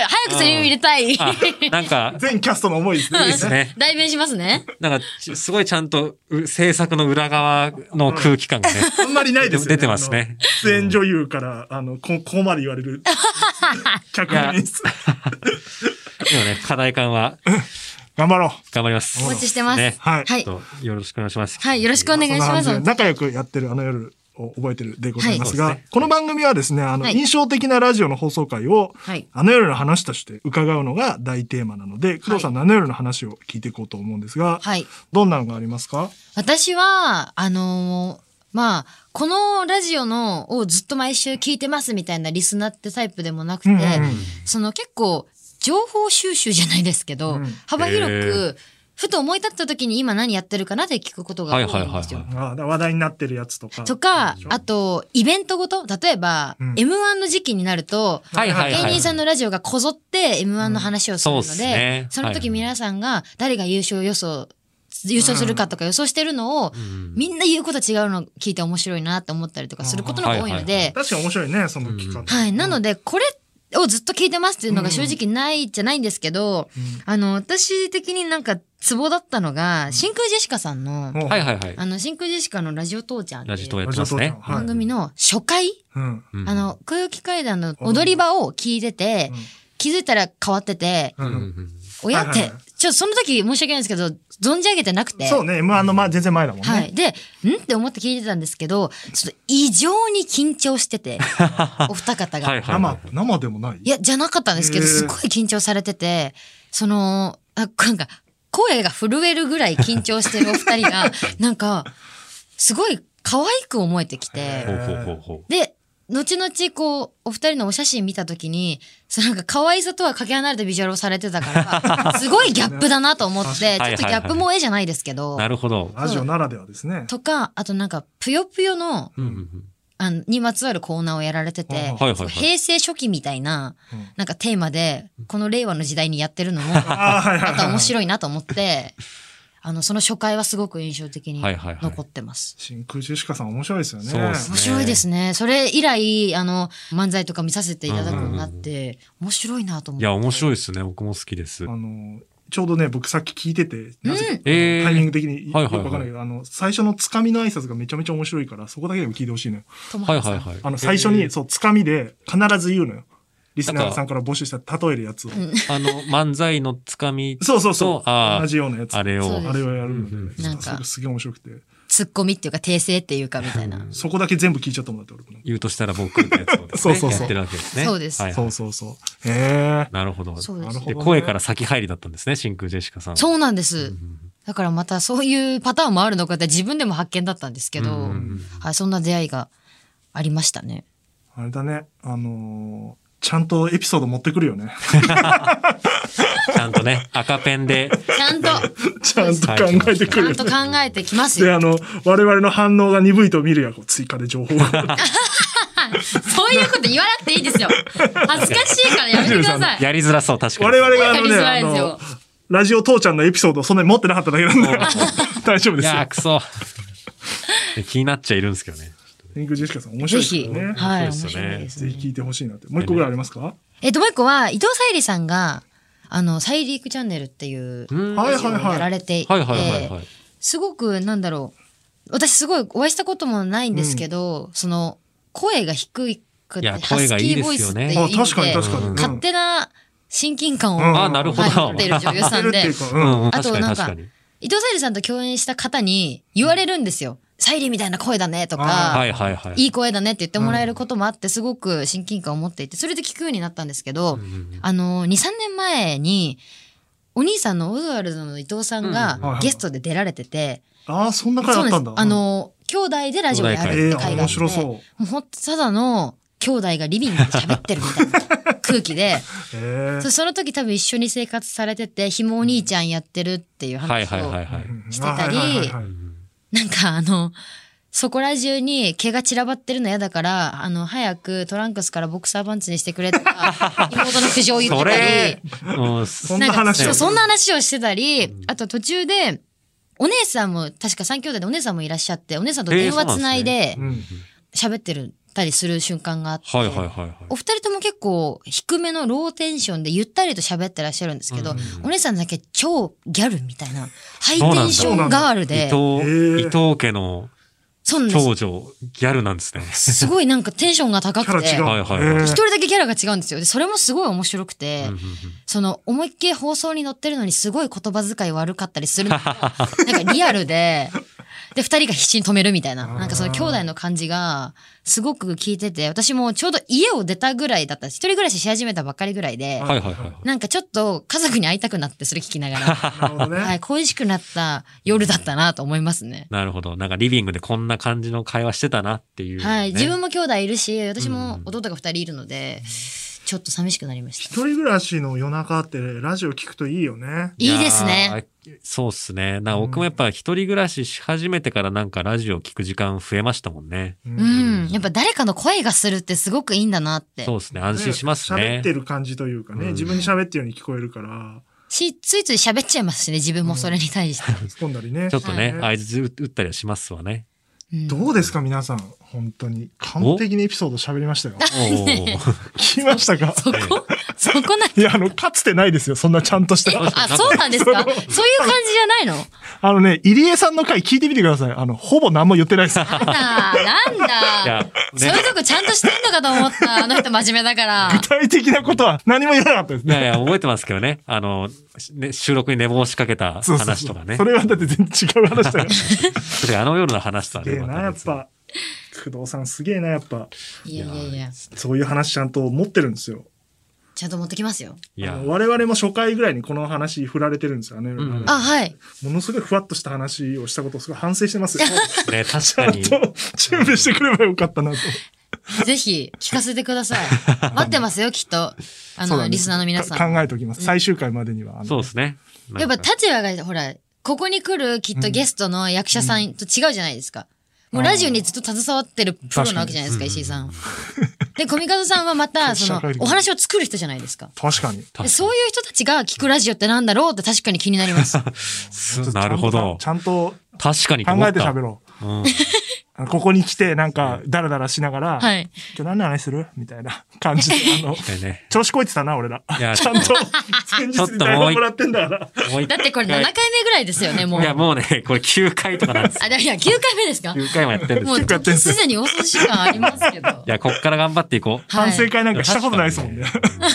早くセリフ入れたい。 なんか、 全キャストの思いですね。 いいですね。 代弁しますね。 なんか、すごいちゃんと、制作の裏側の空気感がね。 あんまりないですよね。 出てますね。 出演女優から、あの、ここまで言われる。脚本演出。 でもね、課題感は。 頑張ろう。 頑張ります。 お待ちしてます。 ね、 はい。 はい。よろしくお願いします。 はい。よろしくお願いします。 仲良くやってるあの夜を覚えてるでございますが、はい、この番組はですね、あの、はい、印象的なラジオの放送回を、はい、あの夜の話として伺うのが大テーマなので、工藤さんのあの夜の話を聞いていこうと思うんですが、はい。どんなのがありますか？ 私は、あのー、まあ、このラジオのをずっと毎週聞いてますみたいなリスナーってタイプでもなくて、うんうん、その結構情報収集じゃないですけど、うん、幅広く、ふと思い立った時に今何やってるかなって聞くことが多いんですよ。はいはいはいはい、 あ、話題になってるやつとか。 とか、あと、イベントごと例えば、うん、エムワン の時期になると、はいはいはい、芸人さんのラジオがこぞって エムワン の話をするので、うん そ, ね、その時皆さんが誰が優勝予想、優勝するかとか予想してるのを、うん、みんな言うこと違うの聞いて面白いなって思ったりとかすることのが多いので、はいはいはい、 確かに面白いね、その聞き方、うん、 はい。なので、これをずっと聞いてますっていうのが正直ないじゃないんですけど、うん、あの、私的になんかツボだったのが、うん、真空ジェシカさんの、はいはいはい。あの、真空ジェシカのラジオ父ちゃんっていう。ラジオやってますね。番組の初回、うん、あの、空気階段の踊り場を聞いてて、うん、気づいたら変わってて、うん、親って、はいはいはい、ちょっとその時申し訳ないんですけど、存じ上げてなくて。 そうね、エムワン のまあ全然前だもんね。 はい。で、んって思って聞いてたんですけど、ちょっと異常に緊張してて、お二方が。はいはいはい、 生、生でもない？ いや、じゃなかったんですけど、すごい緊張されてて、その、あ、なんか、声が震えるぐらい緊張してるお二人が、なんか、すごい可愛く思えてきて、で、後々こう、お二人のお写真見たときに、そのなんか可愛さとはかけ離れたビジュアルをされてたから、すごいギャップだなと思って、ちょっとギャップ萌えじゃないですけど。 なるほど。 ラジオならではですね。 とか、あとなんか、ぷよぷよの、うんうんうんあのにまつわるコーナーをやられてて、はいはいはい、平成初期みたいな、なんかテーマで、この令和の時代にやってるのも、また面白いなと思って、あの、その初回はすごく印象的に残ってます。 真空ジェシカさん面白いですよね。 そうですね。 面白いですね。それ以来、あの、漫才とか見させていただくようになって、うんうん、面白いなと思って。 いや、面白いですね。僕も好きです。 あの、ちょうどね、僕さっき聞いてて、なぜか、うん、タイミング的によくわかんないけど、あの、最初のつかみの挨拶がめちゃめちゃ面白いから、そこだけでも聞いてほしいのよ。 はいはいはい。 あの、最初に、そう、つかみで必ず言うのよ。リスナーさんから募集した例えるやつを。 あの、漫才のつかみと、 そうそうそう。同じようなやつ。 あれを。 あれをやるので、うん、なんか、それすげえ面白くて。 ツッコミっていうか訂正っていうかみたいな。 そこだけ全部聞いちゃったもんだって俺。 言うとしたら僕ってやつを、ね、 そうそうそう。 やってるわけですね。 そうです。 はいはい、そうそうそう。へえ。 なるほど。 そうです。 で、声から先入りだったんですね、真空ジェシカさん。 そうなんです。うん、だからまたそういうパターンもあるのかって自分でも発見だったんですけど、うん、はい、そんな出会いがありましたね。 あれだね、あのー、ちゃんとエピソード持ってくるよね。 ちゃんとね、赤ペンで。 ちゃんと。 ちゃんと考えてくるよ、ね。 ちゃんと考えてきますよ。 で、あの、我々の反応が鈍いと見るや、追加で情報が。 そういうこと言わなくていいですよ。恥ずかしいからやめてください。 やりづらそう、確かに。 我々があのね、あの、ラジオ父ちゃんのエピソードをそんなに持ってなかっただけなんで、大丈夫ですよ。 いや、くそ。気になっちゃいるんですけどね。 真空ジェシカさん面白いですよね。 ぜひ。はい、面白いです、 ね。ぜひ聞いてほしいなって。もう一個ぐらいありますか？ えっと、もう一個は、伊藤沙莉さんが、あの、サイリークチャンネルっていう、ラジオをやられていて、すごく、なんだろう、私すごいお会いしたこともないんですけど、うん、その、声が低くて、ハスキーボイスっていう意味で、 確かに確かに。 勝手な親近感を、 うんあ、なるほど。 持っている女優さんで。 うん、 あとなんか確かに。 伊藤沙莉さんと共演した方に言われるんですよ。沙莉みたいな声だねとか、 はいはいはい。 いい声だねって言ってもらえることもあって、すごく親近感を持っていて、それで聞くようになったんですけど、あの、に、さんねんまえに、お兄さんのオズワルドの伊藤さんがゲストで出られてて、 ああ、そんな回あったんだ。 あの、兄弟でラジオやるって回があって、 面白そう。 もうほんとただの兄弟がリビングで喋ってるみたいな空気で、その時多分一緒に生活されてて、ひもお兄ちゃんやってるっていう話をしてたり、なんかあの、そこら中に毛が散らばってるの嫌だから、あの、早くトランクスからボクサーパンツにしてくれとか、妹の苦情を言ってたり、 そんな話を。そんな話をしてたり、あと途中で、お姉さんも、確かさん兄弟でお姉さんもいらっしゃって、お姉さんと電話つないで、喋ってるたりする瞬間があって、お二人とも結構低めのローテンションでゆったりと喋ってらっしゃるんですけど、お姉さんだけ超ギャルみたいな、ハイテンションガールで、 伊藤家の、長女、ギャルなんですね。 すごいなんかテンションが高くて、一人だけキャラが違うんですよ。で、それもすごい面白くて、その、思いっきり放送に載ってるのにすごい言葉遣い悪かったりするのが、なんかリアルで、で、二人が必死に止めるみたいな、なんかその兄弟の感じが、すごく聞いてて、私もちょうど家を出たぐらいだった、一人暮らしし始めたばっかりぐらいで、なんかちょっと家族に会いたくなってそれ聞きながら、はい、恋しくなった夜だったなと思いますね。 なるほど。なんかリビングでこんな感じの会話してたなっていう、ね。 はい、自分も兄弟いるし、私も弟が二人いるので、ちょっと寂しくなりました。 一人暮らしの夜中ってラジオ聞くといいよね。 いいですね。 そうっすね。なんか僕もやっぱ一人暮らしし始めてからなんかラジオ聞く時間増えましたもんね。 うん。やっぱ誰かの声がするってすごくいいんだなって。 そうですね。安心しますね。 喋ってる感じというかね、うん、自分に喋ってるように聞こえるから。 し、ついつい喋っちゃいますしね、自分もそれに対して。 突っ込んだりね。 ちょっとね、合図打ったりはしますわね。 どうですか皆さん。本当に。完璧にエピソード喋りましたよ。聞きましたか？ そこそこなんいや、あの、かつてないですよ。そんなちゃんとした。 あ、そうなんですか？そういう感じじゃないの？ あのね、入江さんの回聞いてみてください。あの、ほぼ何も言ってないです。なんだ、 なんだ。そういうとこちゃんとしてんのかと思った。あの人真面目だから。 具体的なことは何も言わなかったですね。 いやいや、覚えてますけどね。あの、ね、収録に寝坊しかけた話とかね。そうそうそう、 それはだって全然違う話だよ。 それあの夜の話とはね。 すげえな、やっぱ。工藤さんすげえな、やっぱ。 いやいやいや。 そういう話ちゃんと持ってるんですよ。 ちゃんと持ってきますよ。 いや、我々も初回ぐらいにこの話振られてるんですよね。うん、 あ、はい。 ものすごいふわっとした話をしたことをすごい反省してますよ。 ね、確かに。 ちゃんと準備してくればよかったなと。 ぜひ聞かせてください。待ってますよ、きっと。あの、ね、リスナーの皆さん。 考えておきます。最終回までには。 そうですね。 やっぱ立場が、ほら、ここに来るきっとゲストの役者さんと違うじゃないですか。もうラジオにずっと携わってるプロなわけじゃないですか、石井さん。で、コミカドさんはまた、その、お話を作る人じゃないですか。 確かに。 でそういう人たちが聞くラジオってなんだろうって確かに気になります。 なるほど。 ちゃんと、 確かに考えて喋ろう。うんここに来て、なんか、ダラダラしながら、はい、今日何の話するみたいな感じで、あの、ね、調子こいてたな、俺ら。いやちゃんと、前日に台本もらってんだから。 だってこれななかいめぐらいですよね、もう。 いや、もうね、これきゅうかいとかなんですよ。 あ、いや、きゅうかいめですか ?きゅう回もやってるんですもう、すでに放送時間ありますけど。いや、こっから頑張っていこう。 反省会なんかしたことないですもんね。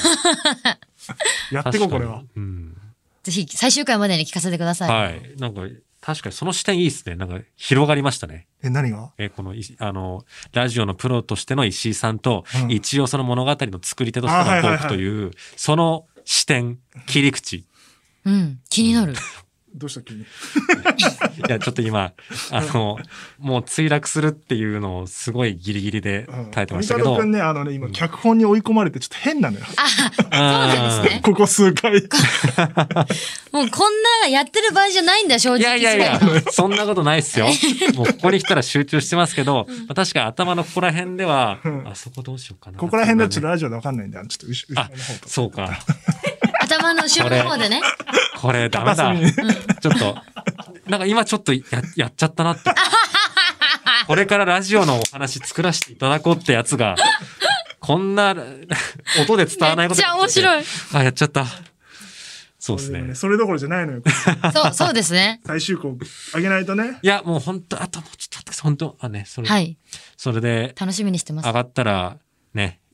やっていこう、これは。うん、 ぜひ、最終回までに聞かせてください。 はい。なんか、確かにその視点いいですね。なんか広がりましたね。 え、何がえ、この、あの、ラジオのプロとしての石井さんと、うん、一応その物語の作り手としてのトークという、その視点、切り口。 うん、気になる。 どうした急に。いや、ちょっと今、あの、もう墜落するっていうのをすごいギリギリで耐えてましたけど。 ミカド君ね、あのね、今、脚本に追い込まれてちょっと変なのよ。 あ、そうなんですね。 ここ数回。もうこんなやってる場合じゃないんだよ、正直。 いやいやいや、そんなことないっすよ。もうここに来たら集中してますけど、まあ、確かに頭のここら辺では、うん、あそこどうしようかな。 ここら辺だとちょっとラジオでわかんないんだよ。ちょっと後ろの方と。 そうか。 頭の後ろの方でね。 これダメだ。ちょっと、なんか今ちょっとや、やっちゃったなって。これからラジオのお話作らせていただこうってやつが、こんな音で伝わらないこと。 めっちゃ面白い。 あ、やっちゃった。そうですね。 それどころじゃないのよ。 そう、そうですね。 最終稿あげないとね。 いや、もう本当あともうちょっと待って、本当あね、それ。 はい。 それで、 楽しみにしてます。 上がったら、ね、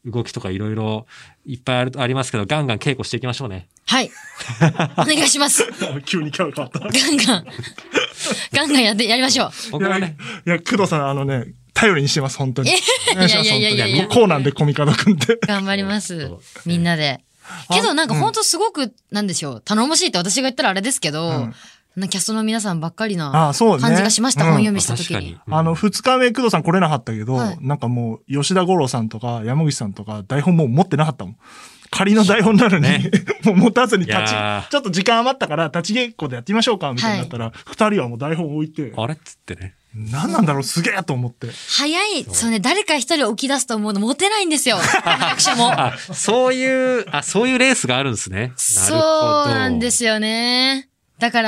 動きとかいろいろいっぱいあるありますけど、ガンガン稽古していきましょうね。 はい。お願いします。 急にキャラ変わった。 ガンガン、ガンガンやって、やりましょう。 僕はね。 いや、工藤さん、あのね、頼りにしてます、本当に。いやいやいやいやいや。 こうなんで、コミカドくんって。 頑張ります。みんなで。けどなんか本当すごく、なんでしょう、頼もしいって私が言ったらあれですけど、うん、キャストの皆さんばっかりな感じがしました、ね、本読みした時に。 うん、あの、二日目、工藤さん来れなかったけど、はい、なんかもう、吉田五郎さんとか山口さんとか台本もう持ってなかったもん。仮の台本なのに、ね、もう持たずに立ち、ちょっと時間余ったから立ち稽古でやってみましょうかみたいになったら、二、はい、人はもう台本置いて。 あれっつってね。 何なんだろう、すげえと思って。 早い、そうね、誰か一人起き出すと思うの持てないんですよ。役者も。 あ、そういう、あ、そういうレースがあるんですね。なるほど。 そうなんですよね。だから、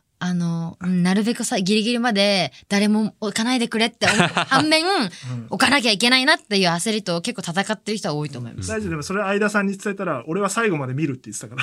あの、なるべくさ、ギリギリまで誰も置かないでくれって思う反面、うん、置かなきゃいけないなっていう焦りと結構戦ってる人は多いと思います。 大丈夫、でもそれ相田さんに伝えたら、俺は最後まで見るって言ってたから。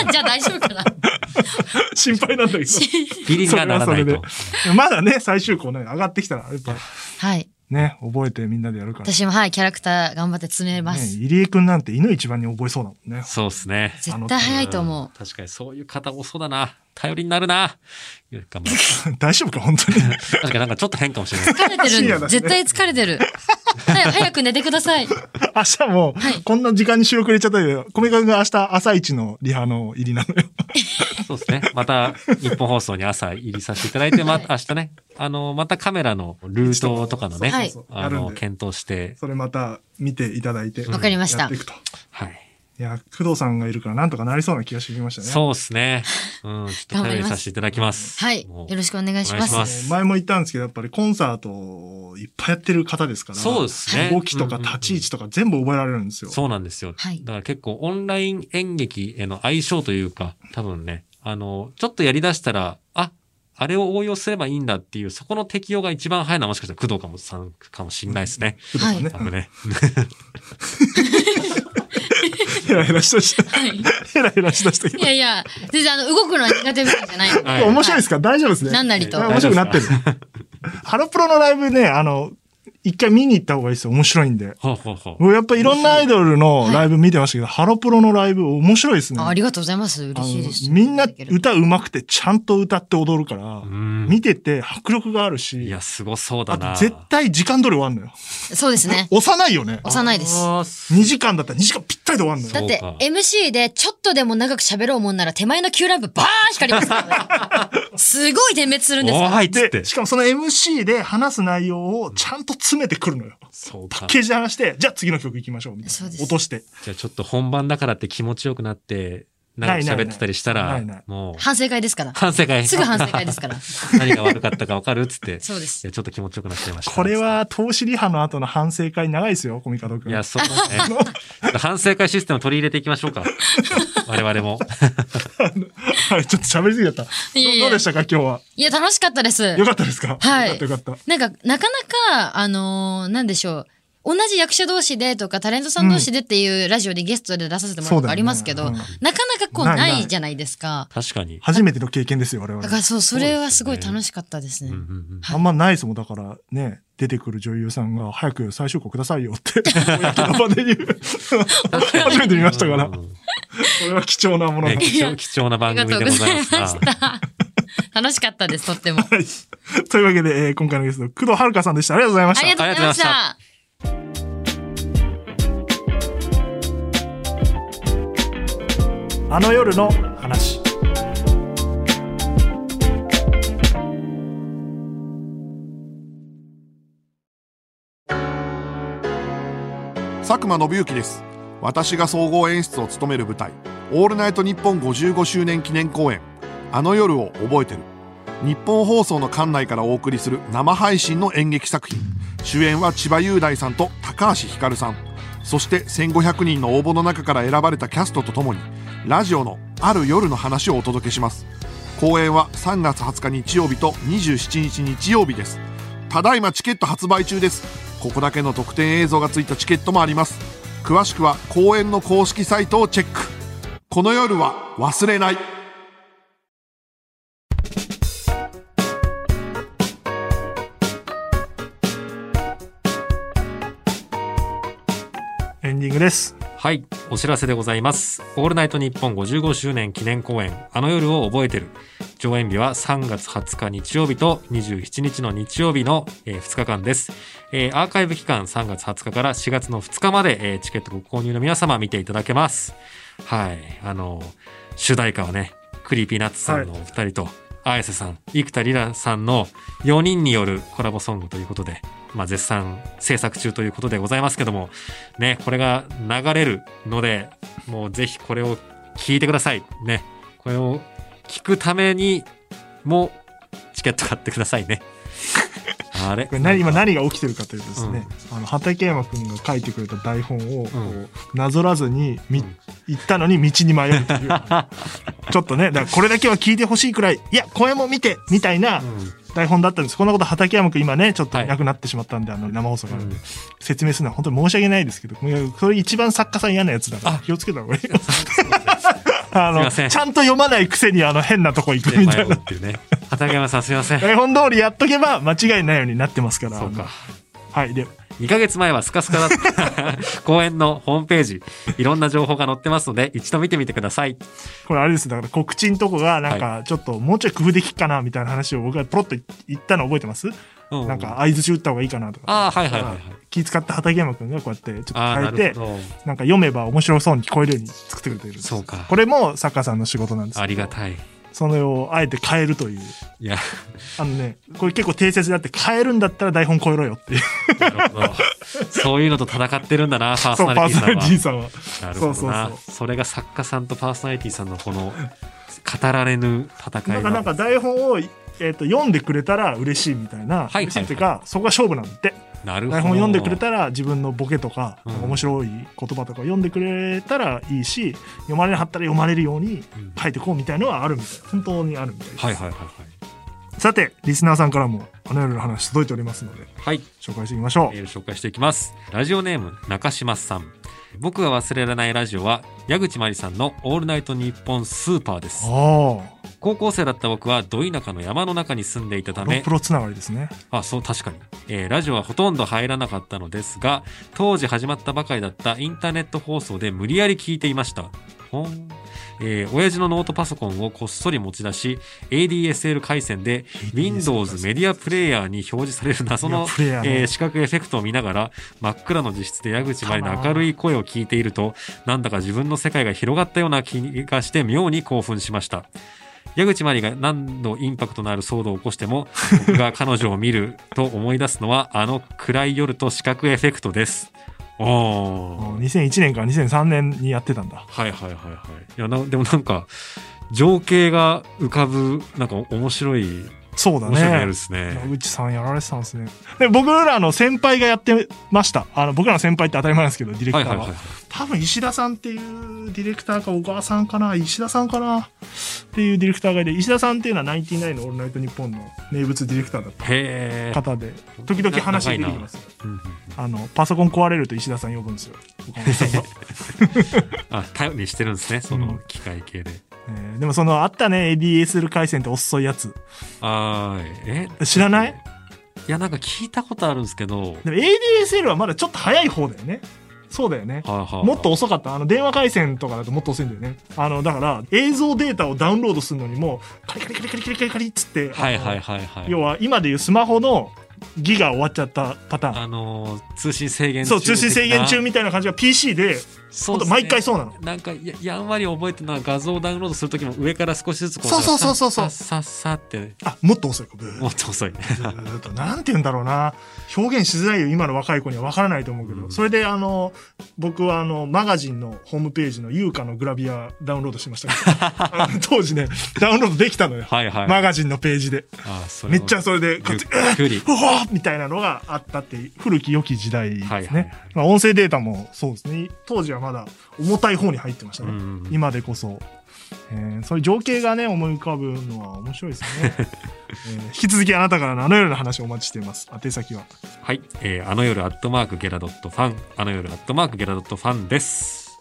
じゃあ大丈夫かな。 心配なんだけど。 ギリにはならないと。 まだね、最終項ね、上がってきたら、やっぱ。 はい。 ね、覚えてみんなでやるから。 私もはい、キャラクター頑張って詰めます。 ね、入江くんなんて犬一番に覚えそうだもんね。 そうですね。 絶対早いと思う。 確かにそういう方多そうだな。頼りになるな。頑張る。 大丈夫か本当に。 確かになんかちょっと変かもしれない。 疲れてる、ね、絶対疲れてる。早く寝てください。 明日も、こんな時間に収録入れちゃったけど、コミカドが明日朝一のリハの入りなのよ。 そうですね。また、日本放送に朝入りさせていただいて、また明日ね、あの、またカメラのルートとかのね、はい、あの、検討して。 それまた見ていただいて。 わかりました。 はい。 いや、工藤さんがいるからなんとかなりそうな気がしてきましたね。 そうですね。うん、ちょっと頼りさせていただきます。 はい。よろしくお願いします。ます前も言ったんですけど、やっぱりコンサートをいっぱいやってる方ですから。 そうですね。 動きとか立ち位置とか全部覚えられるんですよ。 そうなんですよ。はい。だから結構オンライン演劇への相性というか、多分ね、あの、ちょっとやり出したら、あ、あれを応用すればいいんだっていう、そこの適用が一番早いのはもしかしたら工藤かもさんかもしれないですね。 工藤さんね。 多分ね。 ヘラヘラしだした。はい、ヘラヘラしだしたけど。 いやいや、全然あの、動くのは苦手じゃないので。 面白いですか、はい、大丈夫ですね。 なんなりと。 面白くなってる。ハロプロのライブね、あの、一回見に行った方がいいですよ。面白いんで。 ほうほうほう。やっぱいろんなアイドルのライブ見てましたけど、はい、ハロプロのライブ面白いですね。 あ、ありがとうございます。嬉しいです。 みんな歌上手くてちゃんと歌って踊るから、見てて迫力があるし。 いや、すごそうだな。 絶対時間通り終わんのよ。 そうですね。 押さないよね。 押さないです。 にじかんだったらにじかんぴったりで終わんのよ。 だって エムシー でちょっとでも長く喋ろうもんなら手前のQランプバーン光りますからね。すごい点滅するんですよ。 はいっつって。 しかもその エムシー で話す内容をちゃんと詰めてくるのよ。 そうか。 パッケージで話して、じゃあ次の曲行きましょうみたいな。落として。 じゃあちょっと本番だからって気持ちよくなって、なんか喋ってたりしたら、もう。 反省会ですから。 反省会。 すぐ反省会ですから。 何が悪かったか分かるっつって。 そうです。 ちょっと気持ちよくなっちゃいました。 これは、投資リハの後の反省会長いですよ、コミカド君。 いや、そうですね。反省会システム取り入れていきましょうか。我々も。 はい、ちょっと喋りすぎだった。どうでしたか、今日は。 いや、楽しかったです。 よかったですか。 はい。 よかったよかった。 なんか、なかなか、あのー、なんでしょう。同じ役者同士でとかタレントさん同士でっていうラジオでゲストで出させてもらうことありますけど、うんねうん、なかなかこうないじゃないですか。 確かに。 初めての経験ですよ、我々。 だからそう、それはすごい楽しかったですね。 あんまないですもん、だからね、出てくる女優さんが早く最終稿くださいよって、公の場で言う。初めて見ましたから。これは貴重なもの、 ね、貴重、貴重な番組でございますな。 楽しかったです、とっても。はい、 というわけで、えー、今回のゲスト、工藤遥さんでした。ありがとうございました。 ありがとうございました。 あの夜の話。 佐久間信之です。私が総合演出を務める舞台オールナイトニッポンごじゅうごしゅうねん記念公演あの夜を覚えてる。日本放送の館内からお送りする生配信の演劇作品。主演は千葉雄大さんと高橋ひかるさん、そしてせんごひゃくにんの応募の中から選ばれたキャストとともにラジオのある夜の話をお届けします。公演はさんがつはつか日曜日とにじゅうしちにち日曜日です。ただいまチケット発売中です。ここだけの特典映像がついたチケットもあります。詳しくは公演の公式サイトをチェック。この夜は忘れない。 エンディンググです。 はい、お知らせでございます。オールナイトニッポンごじゅうごしゅうねん記念公演あの夜を覚えてる、上演日はさんがつはつか日曜日とにじゅうしちにちの日曜日のふつかかんです。えー、アーカイブ期間さんがつはつかからしがつのふつかまで、えー、チケットご購入の皆様見ていただけます。はい、あの主題歌はね、クリーピーナッツさんのお二人と、はい、綾瀬さん、生田リラさんのよにんによるコラボソングということで、まあ、絶賛制作中ということでございますけどもね、これが流れるので、もうぜひこれを聞いてくださいね。これを聞くためにもチケット買ってくださいね。あれ、 これ何今何が起きてるかというとですね、うん、あの畠山くんが書いてくれた台本をこう、うん、なぞらずにみ、うん、行ったのに道に迷うというちょっとね、だからこれだけは聞いてほしいくらい、いや声も見てみたいな台本だったんです。こんなこと畠山くん今ねちょっといなくなってしまったんで、はい、あの生放送から、うん、説明するのは本当に申し訳ないですけど、それ一番作家さん嫌なやつだから気をつけた方がいいよあのちゃんと読まないくせにあの変なとこ行くみたいなっていうね。畠山さんすいません。台本通りやっとけば間違いないようになってますから。 そうか。 はい。でにかげつまえはスカスカだった公演のホームページ、いろんな情報が載ってますので一度見てみてください。 これあれです。だから告知のとこがなんかちょっともうちょい工夫できっかなみたいな話を僕がポロッと言ったの覚えてます？うんうん、なんか相槌打った方がいいかなとか。 ああ、はいはいはい、はい。 気使った畠山くんがこうやってちょっと変えて、なんか読めば面白そうに聞こえるように作ってくれてる。 そうか。 これも作家さんの仕事なんですけど。 ありがたい。 それをあえて変えるという。 いや、あのね、これ結構定説であって、変えるんだったら台本超えろよっていう。 なるほど。そういうのと戦ってるんだな、パーソナリティさんは。 そう、パーソナリティさんは。 なるほどな。そうそうそう。それが作家さんとパーソナリティさんのこの語られぬ戦い。 なんかなんか台本を、えー、と読んでくれたら嬉しいみたいな。はいはいはい、嬉しいっていうか、そこが勝負なんだって。 なるほど。 台本読んでくれたら自分のボケとか、うん、面白い言葉とか読んでくれたらいいし、読まれなかったら読まれるように書いてこうみたいのはあるみたいな、本当にあるみたいです。 はいはいはいはい。 さてリスナーさんからもあの夜の話届いておりますので、 はい、 紹介していきましょう。 メール紹介していきます。ラジオネーム中島さん。僕が忘れられないラジオは矢口真理さんのオールナイトニッポンスーパーです。高校生だった僕はど田舎の山の中に住んでいたため、 プロつながりですね。 あ、そう、確かに、えー、ラジオはほとんど入らなかったのですが、当時始まったばかりだったインターネット放送で無理やり聞いていました。ほんえー、親父のノートパソコンをこっそり持ち出し エーディーエスエル 回線で Windows メディアプレイヤーに表示される謎の、えー、視覚エフェクトを見ながら真っ暗の自室で矢口真理の明るい声を聞いていると、なんだか自分の世界が広がったような気がして妙に興奮しました。矢口真理が何度インパクトのある騒動を起こしても僕が彼女を見ると思い出すのはあの暗い夜と視覚エフェクトです。 おにせんいちねんからにせんさんねんにやってたんだ。 はいはいはいはい。いやなでもなんか情景が浮かぶなんか面白い。 そうだね。 面白いですね。 野口さんやられてたんですね。で僕らの先輩がやってました。あの僕らの先輩って当たり前なんですけどディレクターは、はいはいはい、多分石田さんっていうディレクターか小川さんかな石田さんかなっていうディレクターがいて、石田さんっていうのはナインティナインのオールナイトニッポンの名物ディレクターだった方で、時々話出てきますよ。あのパソコン壊れると石田さん呼ぶんですよ。 あ、頼りにしてるんですね、その機械系で。 うん、えー、でもそのあったね エーディーエスエル 回線って遅いやつ。 あー、え知らない？ いやなんか聞いたことあるんですけど。でもエーディーエスエル はまだちょっと早い方だよね。そうだよね、はあはあ、もっと遅かった。あの電話回線とかだともっと遅いんだよね。あのだから映像データをダウンロードするのにもカリカリカリカリカリカリカリっつって、 はいはいはいはい、 要は今でいうスマホのギガ終わっちゃったパターン、 あのー、通信制限中、 そう通信制限中みたいな感じが ピーシー でそうですね、毎回そうなの。 なんか や, やんわり覚えてるのは画像をダウンロードするときも上から少しずつこうそうそうそうそうそうさっさって、ね、 あもっと遅いもっと遅いなんて言うんだろうな、表現しづらいよ今の若い子には分からないと思うけど、うん、それであの僕はあのマガジンのホームページの優香のグラビアダウンロードしましたあの当時ねダウンロードできたのよはい、はい、マガジンのページで。あそれめっちゃそれでゆっくりうわみたいなのがあったって古き良き時代ですね、はいはいはい、まあ、音声データもそうですね、当時はまだ重たい方に入ってましたね、うんうん、今でこそ、えー、そういう情景がね思い浮かぶのは面白いですね、えー、引き続きあなたからのあの夜の話をお待ちしています。宛先ははい、えー、あの夜アットマークゲラドットファン、あの夜アットマークゲラドットファンです。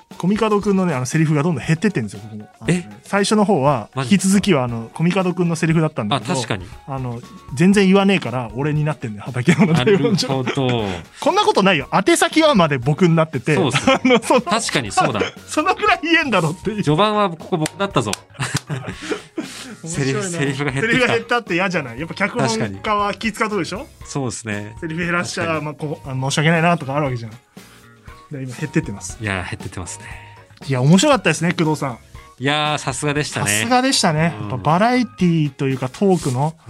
コミカドくんのね、あのセリフがどんどん減ってってんですよ、僕も。 え最初の方は、引き続きは、あの、コミカドくんのセリフだったんだけど、 あ、確かに。 あの、全然言わねえから、俺になってんだよ、畠山の台本上。 なるほど。 こんなことないよ。宛先はまで僕になってて、 そうですね。 あのその確かにそうだ。 そのくらい言えんだろっていう。 序盤はここ僕だったぞ。セリフ、セリフが減ってきた。 セリフが減ったって嫌じゃない。やっぱ脚本家は気使うとこでしょ。 そうですね。 セリフ減らしちゃ、まあ、こう、あの申し訳ないなとかあるわけじゃん。で今減ってってます。 いや、減ってってますね。 いや、面白かったですね、工藤さん。 いやー、さすがでしたね。 さすがでしたね。 うん、 やっぱバラエティというかトークの、 うん、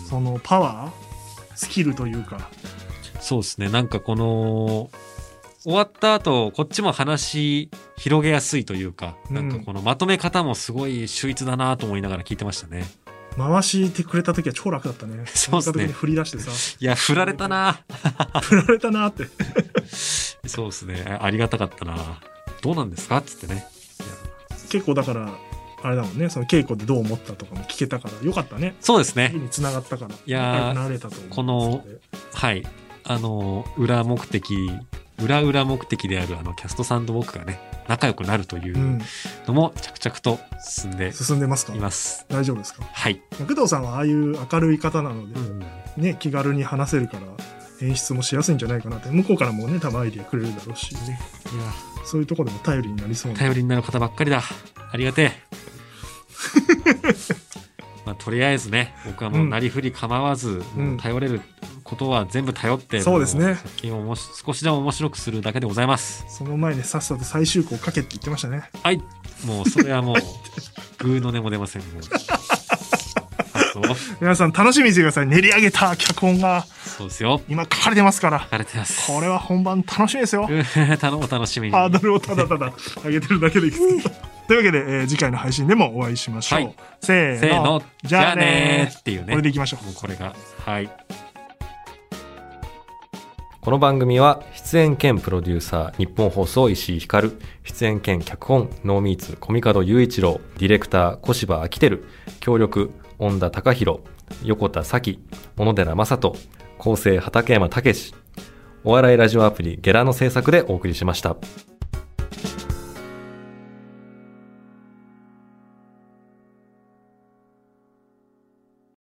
そのパワー、スキルというか。 そうですね。なんかこの、終わった後、こっちも話広げやすいというか、うん、なんかこのまとめ方もすごい秀逸だなと思いながら聞いてましたね。 回してくれた時は超楽だったね。 そうですね。 振り出してさ。 いや、振られたな振られたなって。 そうですね。ありがたかったな。どうなんですかっつってね。 結構だから、あれだもんね、その稽古でどう思ったとかも聞けたからよかったね。 そうですね。 に繋がったから。 いやー、この、はい。あの、裏目的、裏裏目的であるあのキャストさんと僕がね、仲良くなるというのも着々と進んで、 進んでますか？ います。 大丈夫ですか？ はい。 工藤さんはああいう明るい方なので、うん、ね、気軽に話せるから演出もしやすいんじゃないかなって、向こうからもね、多分アイディアくれるだろうし、ね、いやそういうところでも頼りになりそうな。 頼りになる方ばっかりだ。ありがてえ。まあ、とりあえずね、僕はもうなりふり構わず、うん、頼れることは全部頼って、 そうですね。 作品をもし少しでも面白くするだけでございます。 その前にさっさと最終稿書けって言ってましたね。 はい。もうそれはもう、グーの音も出ません。もう皆さん楽しみにしてください。練り上げた脚本が。 そうですよ。 今書かれてますから。 書かれてます。 これは本番楽しみですよ。 頼むお楽しみに。 ハードルをただただ上げてるだけでいいですけど。というわけで、えー、次回の配信でもお会いしましょう。はい、せーの。 せーの。じゃあねーっていうね。 これでいきましょう。 もうこれが。はい。 この番組は出演兼プロデューサー日本放送石井光、出演兼脚本ノーミーツコミカド雄一郎、ディレクター小柴明輝、協力恩田貴弘、横田咲、小野寺正人、構成畠山武史、お笑いラジオアプリゲラの制作でお送りしました。